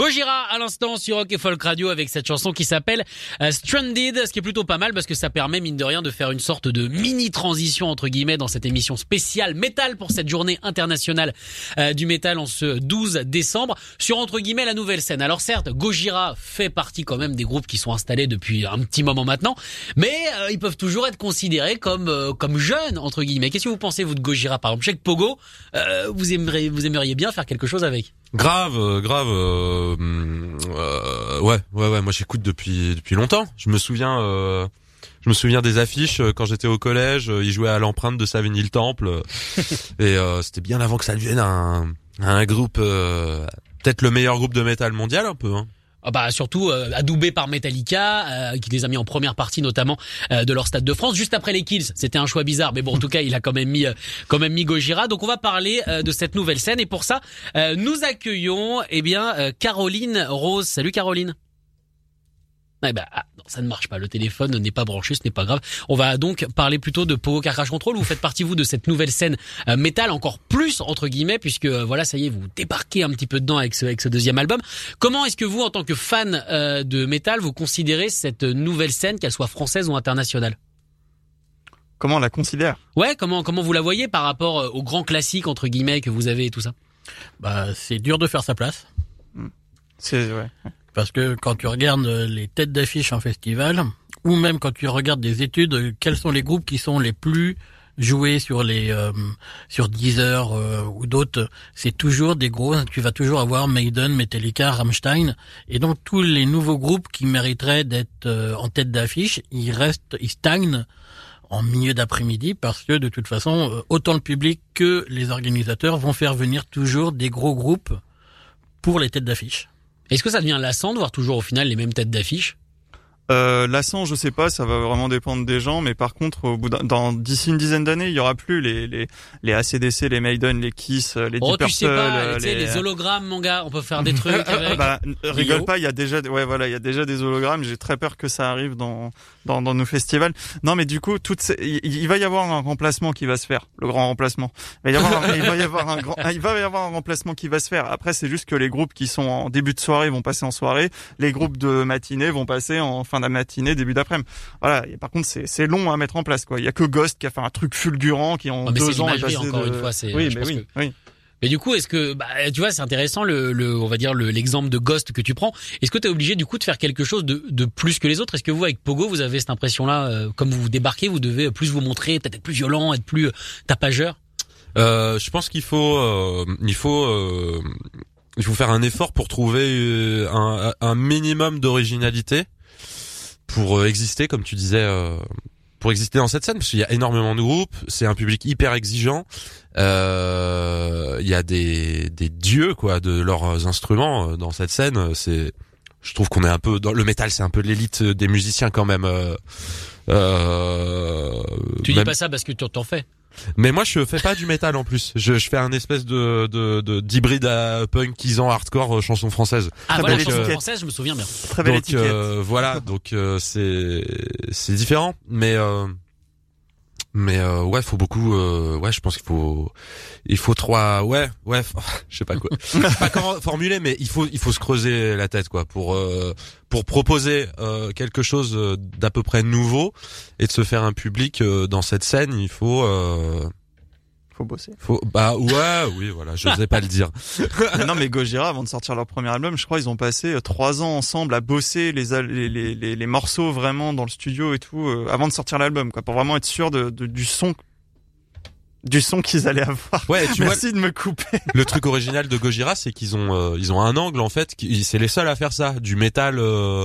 Gojira à l'instant sur Rock et Folk Radio avec cette chanson qui s'appelle Stranded, ce qui est plutôt pas mal parce que ça permet mine de rien de faire une sorte de mini transition entre guillemets dans cette émission spéciale métal pour cette journée internationale du métal en ce 12 décembre sur entre guillemets la nouvelle scène. Alors certes, Gojira fait partie quand même des groupes qui sont installés depuis un petit moment maintenant, mais ils peuvent toujours être considérés comme jeunes entre guillemets. Qu'est-ce que vous pensez vous de Gojira par exemple? Je sais que Pogo, vous aimeriez bien faire quelque chose avec. Grave. Ouais. Moi, j'écoute depuis longtemps. Je me souviens des affiches quand j'étais au collège. Ils jouaient à l'empreinte de Savigny le Temple. Et c'était bien avant que ça devienne un groupe, peut-être le meilleur groupe de métal mondial, un peu. Hein. Surtout adoubé par Metallica qui les a mis en première partie notamment de leur Stade de France juste après les Kills. C'était un choix bizarre mais bon en tout cas il a quand même mis Gojira. Donc on va parler de cette nouvelle scène et pour ça nous accueillons Caroline Rose. Salut Caroline. Non, ça ne marche pas, le téléphone n'est pas branché, ce n'est pas grave. On va donc parler plutôt de Pogo Car Crash Control. Vous faites partie vous de cette nouvelle scène métal encore plus entre guillemets puisque voilà ça y est vous débarquez un petit peu dedans avec ce deuxième album. Comment est-ce que vous en tant que fan de métal vous considérez cette nouvelle scène, qu'elle soit française ou internationale? Comment on la considère? Ouais, comment vous la voyez par rapport aux grands classiques entre guillemets que vous avez et tout ça? C'est dur de faire sa place. C'est ouais. Parce que quand tu regardes les têtes d'affiche en festival, ou même quand tu regardes des études, quels sont les groupes qui sont les plus joués sur sur Deezer ou d'autres, c'est toujours des gros. Tu vas toujours avoir Maiden, Metallica, Rammstein, et donc tous les nouveaux groupes qui mériteraient d'être en tête d'affiche, ils stagnent en milieu d'après-midi parce que de toute façon, autant le public que les organisateurs vont faire venir toujours des gros groupes pour les têtes d'affiche. Est-ce que ça devient lassant de voir toujours au final les mêmes têtes d'affiche? Lassant, je sais pas, ça va vraiment dépendre des gens, mais par contre, d'ici une dizaine d'années, il y aura plus les AC/DC, les Maiden, les Kiss, les Deep Purple, tu sais pas, les hologrammes, mon gars, on peut faire des trucs avec. Rigole pas, il y a déjà des hologrammes, j'ai très peur que ça arrive dans nos festivals. Non, mais du coup, il va y avoir un remplacement qui va se faire, le grand remplacement. Il va y avoir un remplacement qui va se faire. Après, c'est juste que les groupes qui sont en début de soirée vont passer en soirée, les groupes de matinée vont passer en fin de la matinée, début d'après-midi. Voilà. Et par contre, c'est long à mettre en place, quoi. Il y a que Ghost qui a fait un truc fulgurant, qui en 2 ans est passé encore une fois, c'est. Oui. Mais du coup, est-ce que, tu vois, c'est intéressant on va dire l'exemple de Ghost que tu prends. Est-ce que t'es obligé du coup de faire quelque chose de plus que les autres? Est-ce que vous, avec Pogo, vous avez cette impression-là, comme vous débarquez, vous devez plus vous montrer, peut-être être plus violent, être plus tapageur? Je pense qu'il faut faire un effort pour trouver un minimum d'originalité pour exister, comme tu disais, pour exister dans cette scène, parce qu'il y a énormément de groupes, c'est un public hyper exigeant, il y a des dieux quoi de leurs instruments dans cette scène. Je trouve qu'on est un peu dans le métal, c'est un peu l'élite des musiciens quand même. Tu dis pas ça parce que tu t'en fais. Mais moi je fais pas du métal en plus. Je fais un espèce d'hybride à punkisant hardcore chanson française. Ah voilà, chanson française, je me souviens bien. Très belle étiquette. Voilà, donc c'est différent, mais ouais, faut beaucoup je pense qu'il faut trois je sais pas quoi. Je sais pas comment formuler, mais il faut se creuser la tête quoi pour proposer quelque chose d'à peu près nouveau et de se faire un public dans cette scène. Il faut bosser. Oui, voilà, je n'osais pas le dire. Non, mais Gojira, avant de sortir leur premier album, je crois, ils ont passé 3 ans ensemble à bosser les morceaux vraiment dans le studio et tout, avant de sortir l'album, quoi, pour vraiment être sûr du son qu'ils allaient avoir. Ouais, Merci de me couper. Le truc original de Gojira, c'est qu'ils ont un angle en fait, c'est les seuls à faire ça, du métal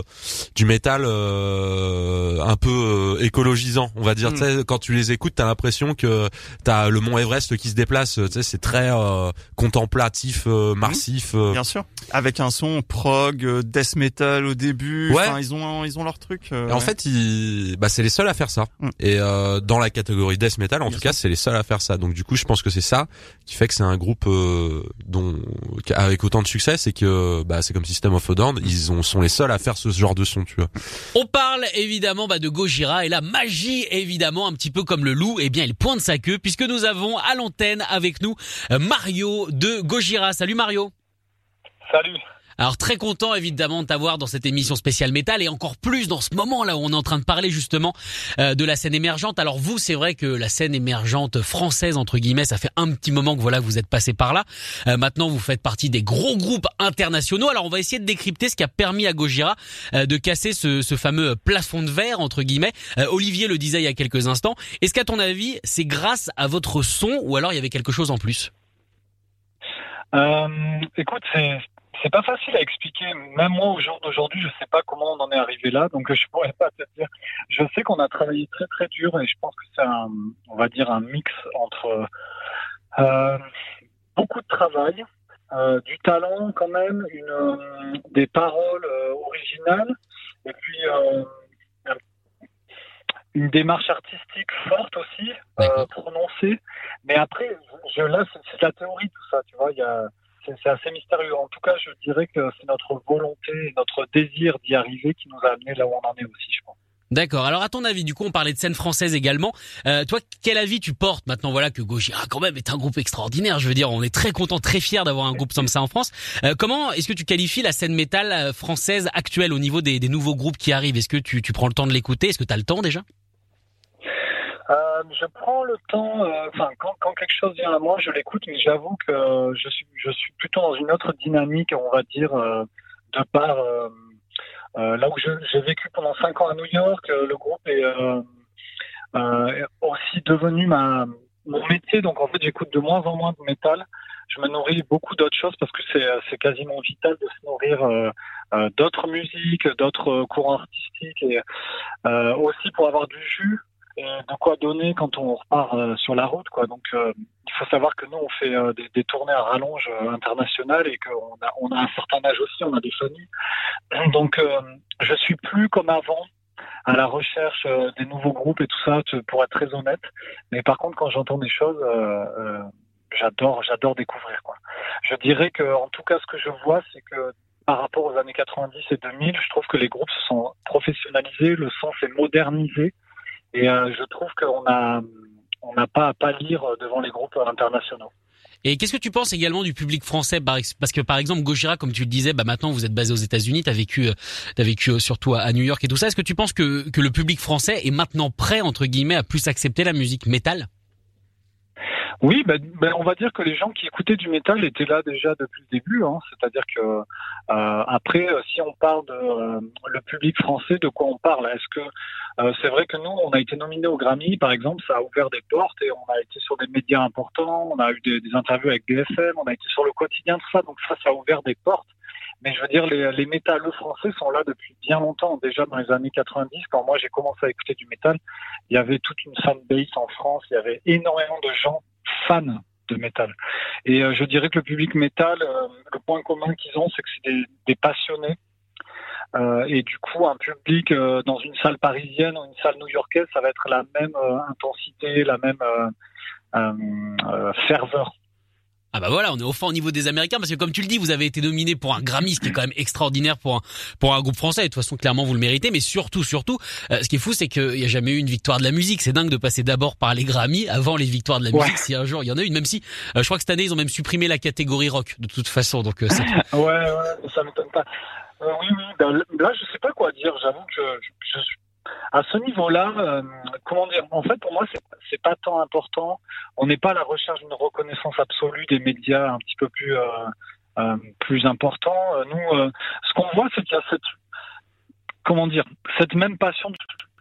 un peu écologisant, on va dire. Tu sais, quand tu les écoutes, t'as l'impression que t'as le mont Everest qui se déplace. Tu sais, c'est très contemplatif, massif. Bien sûr. Avec un son prog, death metal au début. Ouais. Enfin, ils ont leur truc. Et en fait, c'est les seuls à faire ça. Et dans la catégorie death metal, en tout cas, c'est les seuls à faire ça. Donc du coup, je pense que c'est ça qui fait que c'est un groupe avec autant de succès, c'est que c'est comme System of a Down, sont les seuls à faire ce genre de son, tu vois. On parle évidemment de Gojira et la magie évidemment un petit peu comme le loup, il pointe sa queue puisque nous avons à l'antenne avec nous Mario de Gojira. Salut Mario. Salut. Alors très content évidemment de t'avoir dans cette émission spéciale métal et encore plus dans ce moment là où on est en train de parler justement de la scène émergente. Alors vous, c'est vrai que la scène émergente française entre guillemets, ça fait un petit moment que voilà vous êtes passé par là. Maintenant vous faites partie des gros groupes internationaux. Alors on va essayer de décrypter ce qui a permis à Gojira de casser ce fameux plafond de verre entre guillemets. Olivier le disait il y a quelques instants. Est-ce qu'à ton avis c'est grâce à votre son ou alors il y avait quelque chose en plus? Écoute, c'est pas facile à expliquer. Même moi, au jour d'aujourd'hui, je sais pas comment on en est arrivé là, donc je pourrais pas te dire. Je sais qu'on a travaillé très très dur et je pense que c'est on va dire un mix entre beaucoup de travail, du talent quand même, des paroles originales et puis une démarche artistique forte aussi, prononcée. Mais après, là, c'est de la théorie tout ça, tu vois. C'est assez mystérieux. En tout cas, je dirais que c'est notre volonté, notre désir d'y arriver qui nous a amenés là où on en est aussi, je pense. D'accord. Alors, à ton avis, du coup, on parlait de scène française également. Toi, quel avis tu portes maintenant, voilà, que Gojira quand même est un groupe extraordinaire. Je veux dire, on est très content, très fiers d'avoir un groupe comme ça en France. Comment est-ce que tu qualifies la scène métal française actuelle au niveau des nouveaux groupes qui arrivent? Est-ce que tu prends le temps de l'écouter? Est-ce que tu as le temps déjà? Je prends le temps, quand quelque chose vient à moi, je l'écoute, mais j'avoue que je suis plutôt dans une autre dynamique, on va dire, de par là où j'ai vécu pendant 5 ans à New York. Le groupe est aussi devenu mon métier, donc en fait j'écoute de moins en moins de métal. Je me nourris beaucoup d'autres choses parce que c'est quasiment vital de se nourrir d'autres musiques, d'autres courants artistiques et aussi pour avoir du jus. Et de quoi donner quand on repart sur la route, quoi. Donc, il faut savoir que nous, on fait des tournées à rallonge internationales et qu'on a un certain âge aussi, on a des familles. Donc, je suis plus comme avant à la recherche des nouveaux groupes et tout ça, pour être très honnête. Mais par contre, quand j'entends des choses, j'adore découvrir, quoi. Je dirais que, en tout cas, ce que je vois, c'est que par rapport aux années 90 et 2000, je trouve que les groupes se sont professionnalisés, le son s'est modernisé. Et je trouve qu'on n'a pas à pâlir devant les groupes internationaux. Et qu'est-ce que tu penses également du public français? Parce que par exemple Gojira, comme tu le disais, maintenant vous êtes basé aux États-Unis, t'as vécu surtout à New York et tout ça. Est-ce que tu penses que le public français est maintenant prêt entre guillemets à plus accepter la musique métal? Oui, on va dire que les gens qui écoutaient du métal étaient là déjà depuis le début. C'est-à-dire que après, si on parle de le public français, de quoi on parle? Est-ce que c'est vrai que nous, on a été nominés au Grammy, par exemple, ça a ouvert des portes et on a été sur des médias importants, on a eu des interviews avec BFM, on a été sur le quotidien, tout ça, donc ça a ouvert des portes. Mais je veux dire, les métalleux français sont là depuis bien longtemps. Déjà dans les années 90, quand moi j'ai commencé à écouter du métal, il y avait toute une fanbase en France, il y avait énormément de gens fans de métal. Et je dirais que le public métal, le point commun qu'ils ont, c'est que c'est des passionnés. Et du coup, un public dans une salle parisienne ou une salle new-yorkaise, ça va être la même intensité, la même ferveur. Ah bah voilà, on est au niveau des Américains parce que comme tu le dis, vous avez été nominé pour un Grammy, ce qui est quand même extraordinaire pour un groupe français. Et de toute façon, clairement, vous le méritez. Mais surtout, ce qui est fou, c'est qu'il y a jamais eu une victoire de la musique. C'est dingue de passer d'abord par les Grammy avant les victoires de la musique. Si un jour il y en a une, même si je crois que cette année ils ont même supprimé la catégorie rock de toute façon. Donc ouais, ça m'étonne pas. Oui, là je sais pas quoi dire. J'avoue que je suis à ce niveau-là, comment dire? En fait, pour moi, c'est pas tant important. On n'est pas à la recherche d'une reconnaissance absolue des médias un petit peu plus important. Nous, ce qu'on voit, c'est qu'il y a cette même passion.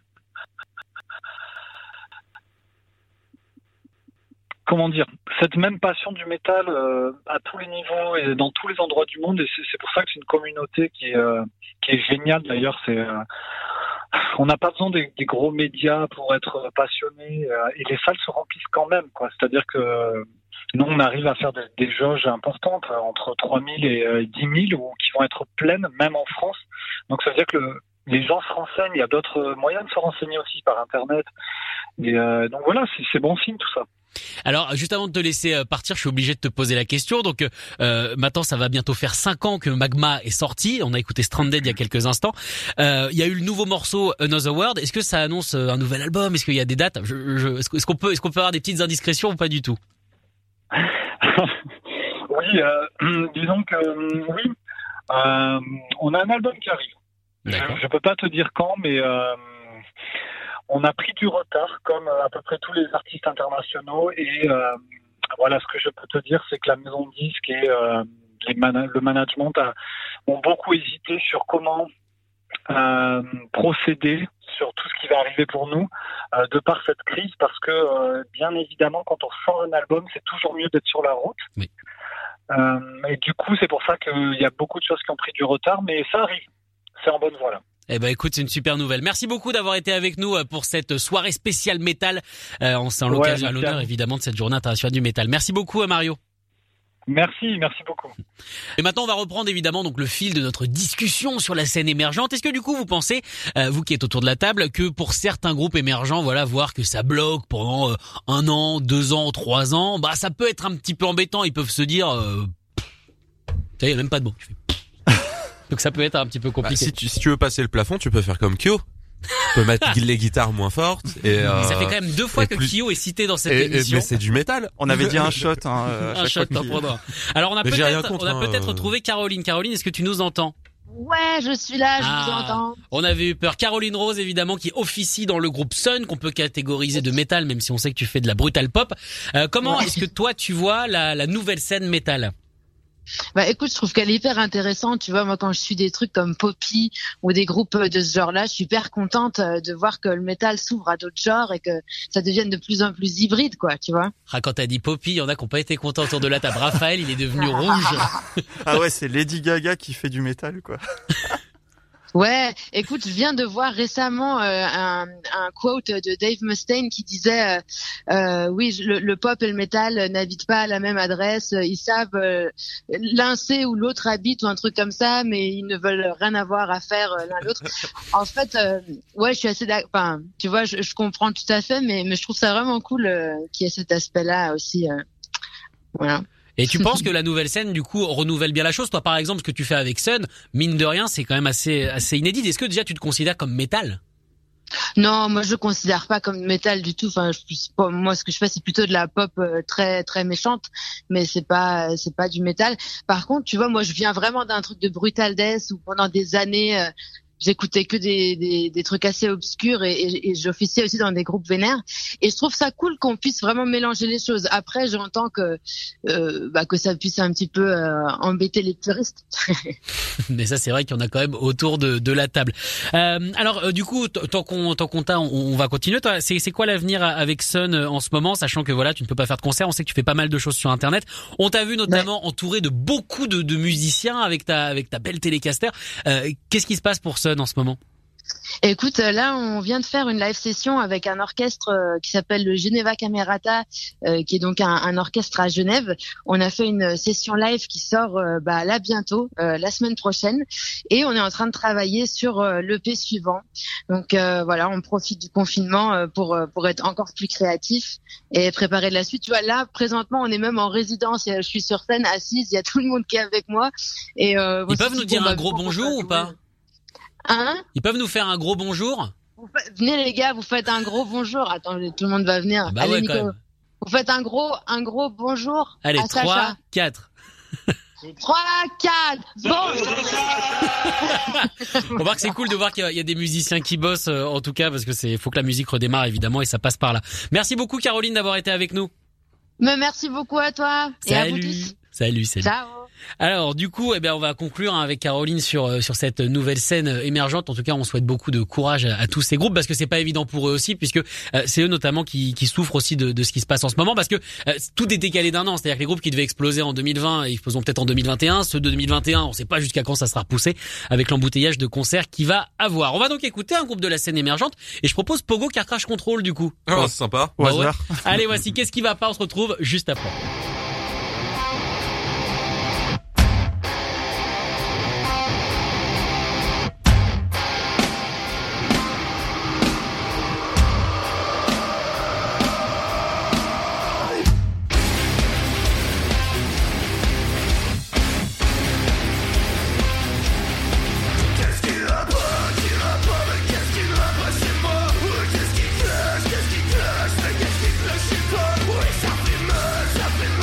Cette même passion du métal à tous les niveaux et dans tous les endroits du monde. Et c'est pour ça que c'est une communauté qui est géniale. D'ailleurs, on n'a pas besoin des gros médias pour être passionné et les salles se remplissent quand même, quoi. C'est-à-dire que nous, on arrive à faire des jauges importantes entre 3000 et 10 000 ou qui vont être pleines, même en France. Donc, ça veut dire que les gens se renseignent. Il y a d'autres moyens de se renseigner aussi par Internet. Et donc voilà, c'est bon signe tout ça. Alors, juste avant de te laisser partir, je suis obligé de te poser la question. Donc, maintenant, ça va bientôt faire 5 ans que Magma est sorti. On a écouté Stranded il y a quelques instants. Il y a eu le nouveau morceau Another World. Est-ce que ça annonce un nouvel album? Est-ce qu'il y a des dates? Est-ce qu'on peut avoir des petites indiscrétions ou pas du tout? Oui, disons que oui. On a un album qui arrive. Je peux pas te dire quand, mais on a pris du retard, comme à peu près tous les artistes internationaux. Et voilà, ce que je peux te dire, c'est que la maison de disques et le management ont beaucoup hésité sur comment procéder sur tout ce qui va arriver pour nous de par cette crise, parce que bien évidemment, quand on sort un album, c'est toujours mieux d'être sur la route. Oui. Et du coup, c'est pour ça qu'il y a beaucoup de choses qui ont pris du retard, mais ça arrive. C'est en bonne voie là. Eh ben écoute, c'est une super nouvelle. Merci beaucoup d'avoir été avec nous pour cette soirée spéciale métal. C'est en l'occasion, à l'honneur évidemment de cette journée internationale du métal. Merci beaucoup Mario. Merci beaucoup. Et maintenant, on va reprendre évidemment donc le fil de notre discussion sur la scène émergente. Est-ce que du coup, vous pensez, vous qui êtes autour de la table, que pour certains groupes émergents, voilà, voir que ça bloque pendant 1 an, 2 ans, 3 ans, bah ça peut être un petit peu embêtant. Ils peuvent se dire, il y a même pas de mots. Donc ça peut être un petit peu compliqué. Si tu veux passer le plafond, tu peux faire comme Kyo. Tu peux mettre les guitares moins fortes et ça fait quand même 2 fois que Kyo est cité dans cette émission. Mais c'est du métal. On avait dit un shot un shot pendant. Alors on a peut-être retrouvé Caroline. Caroline, est-ce que tu nous entends? Ouais, je suis là, je vous entends. On avait eu peur. Caroline Rose, évidemment, qui officie dans le groupe Sun, qu'on peut catégoriser de métal, même si on sait que tu fais de la brutal pop. Comment est-ce que toi tu vois la nouvelle scène métal? Bah écoute, je trouve qu'elle est hyper intéressante. Tu vois, moi quand je suis des trucs comme Poppy ou des groupes de ce genre-là, je suis hyper contente de voir que le métal s'ouvre à d'autres genres et que ça devienne de plus en plus hybride, quoi, tu vois. Quand t'as dit Poppy, il y en a qui n'ont pas été contents autour de la table. Raphaël, il est devenu rouge. Ah ouais, c'est Lady Gaga qui fait du métal, quoi. Ouais, écoute, je viens de voir récemment un quote de Dave Mustaine qui disait oui, le pop et le métal n'habitent pas à la même adresse, ils savent l'un sait où l'autre habite ou un truc comme ça, mais ils ne veulent rien avoir à faire l'un l'autre. En fait, ouais, je suis assez d'accord. Enfin, tu vois, je comprends tout à fait, mais je trouve ça vraiment cool qu'il y ait cet aspect-là aussi. Voilà. Et tu penses que la nouvelle scène, du coup, renouvelle bien la chose? Toi, par exemple, ce que tu fais avec Sun, mine de rien, c'est quand même assez inédit. Est-ce que déjà tu te considères comme métal? Non, moi je considère pas comme métal du tout. Enfin, moi ce que je fais c'est plutôt de la pop très très méchante, mais c'est pas du métal. Par contre, tu vois, moi je viens vraiment d'un truc de brutal death où pendant des années j'écoutais que des trucs assez obscurs et j'officiais aussi dans des groupes vénères. Et je trouve ça cool qu'on puisse vraiment mélanger les choses. Après, j'entends que ça puisse un petit peu embêter les puristes. Mais ça, c'est vrai qu'il y en a quand même autour de la table. Alors, du coup, tant qu'on t'a, on va continuer. Toi, c'est quoi l'avenir avec Sun en ce moment, sachant que voilà, tu ne peux pas faire de concert. On sait que tu fais pas mal de choses sur Internet. On t'a vu notamment entouré de beaucoup de musiciens avec ta belle Telecaster. Qu'est-ce qui se passe pour Sun en ce moment? Écoute, là, on vient de faire une live session avec un orchestre qui s'appelle le Geneva Camerata, qui est donc un orchestre à Genève. On a fait une session live qui sort là bientôt, la semaine prochaine, et on est en train de travailler sur l'EP suivant. Donc voilà, on profite du confinement pour être encore plus créatif et préparer de la suite. Tu vois, là, présentement, on est même en résidence. Je suis sur scène assise, il y a tout le monde qui est avec moi. Et ils peuvent nous dire un gros bonjour ou pas? Hein? Ils peuvent nous faire un gros bonjour? Venez les gars, vous faites un gros bonjour. Attends, tout le monde va venir. Bah allez ouais, Nico, vous faites un gros bonjour. Allez, à 3, 4. 3, 4, bon. On voit que c'est cool de voir qu'il y a des musiciens qui bossent, en tout cas, parce que faut que la musique redémarre, évidemment, et ça passe par là. Merci beaucoup, Caroline, d'avoir été avec nous. Mais merci beaucoup à toi. Salut. Et à vous tous. Salut. Ciao. Alors du coup, on va conclure avec Caroline sur cette nouvelle scène émergente. En tout cas, on souhaite beaucoup de courage à tous ces groupes parce que c'est pas évident pour eux aussi, puisque c'est eux notamment qui souffrent aussi de ce qui se passe en ce moment, parce que tout est décalé d'un an. C'est-à-dire que les groupes qui devaient exploser en 2020, ils exploseront peut-être en 2021. Ceux de 2021, on sait pas jusqu'à quand ça sera repoussé avec l'embouteillage de concerts qu'il va avoir. On va donc écouter un groupe de la scène émergente et je propose Pogo Car Crash Control du coup. Oh, c'est sympa. Bah ouais. Allez, voici Qu'est-ce qui va pas. On se retrouve juste après. Ça fait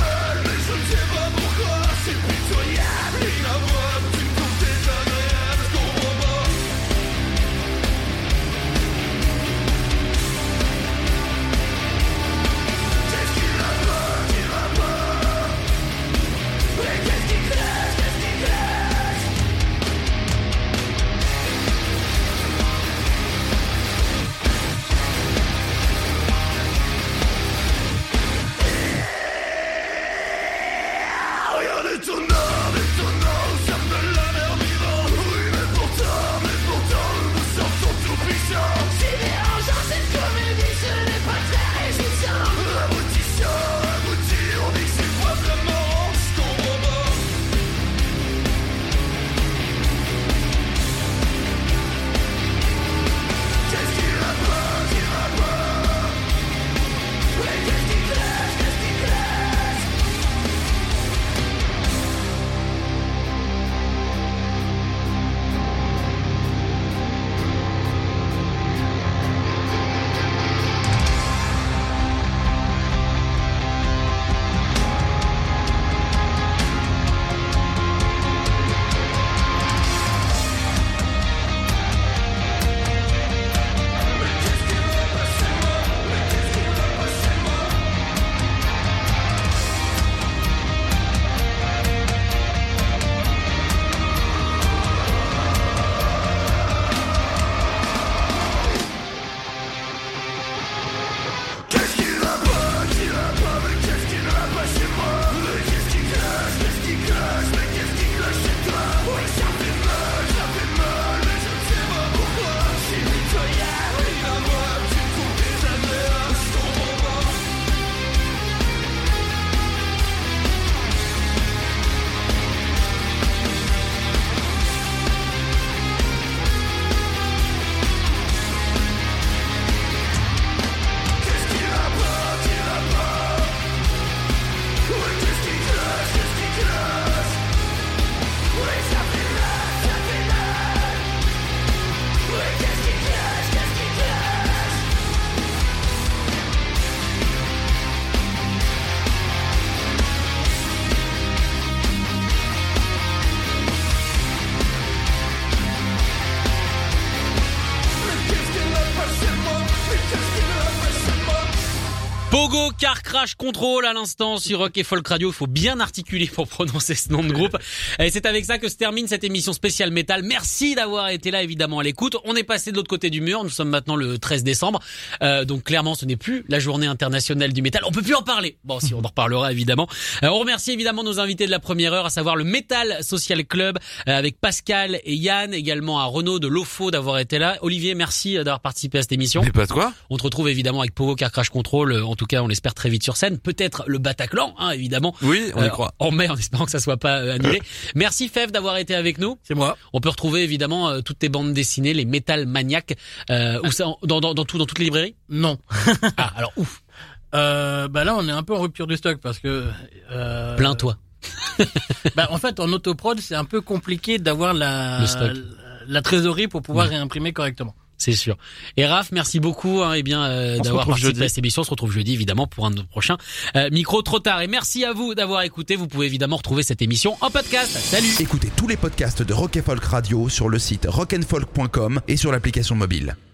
Pogo Car Crash Control à l'instant sur Rock et Folk Radio. Il faut bien articuler pour prononcer ce nom de groupe. Et c'est avec ça que se termine cette émission spéciale métal. Merci d'avoir été là évidemment à l'écoute. On est passé de l'autre côté du mur. Nous sommes maintenant le 13 décembre. Donc clairement ce n'est plus la journée internationale du métal. On peut plus en parler. Bon, si on en reparlera évidemment. On remercie évidemment nos invités de la première heure, à savoir le Metal Social Club avec Pascal et Yann, également à Renaud de l'OFO d'avoir été là. Olivier, merci d'avoir participé à cette émission. Mais pas de quoi. On te retrouve évidemment avec Pogo Car Crash Control. En tout cas, on l'espère très vite sur scène. Peut-être le Bataclan, hein, évidemment. Oui, on y croit. En mai, en espérant que ça soit pas annulé. Merci Fev d'avoir été avec nous. C'est moi. On peut retrouver évidemment toutes tes bandes dessinées, les Metal Maniacs, où ça, dans toutes les librairies. Non. Ah, alors ouf. Bah là, on est un peu en rupture du stock parce que. Plains-toi. Bah en fait, en autoprod, c'est un peu compliqué d'avoir la trésorerie pour pouvoir réimprimer correctement. C'est sûr. Et Raph, merci beaucoup d'avoir participé à cette émission. On se retrouve jeudi évidemment pour un de nos prochains micro trop tard. Et merci à vous d'avoir écouté. Vous pouvez évidemment retrouver cette émission en podcast. Salut. Écoutez tous les podcasts de Rock & Folk Radio sur le site rockandfolk.com et sur l'application mobile.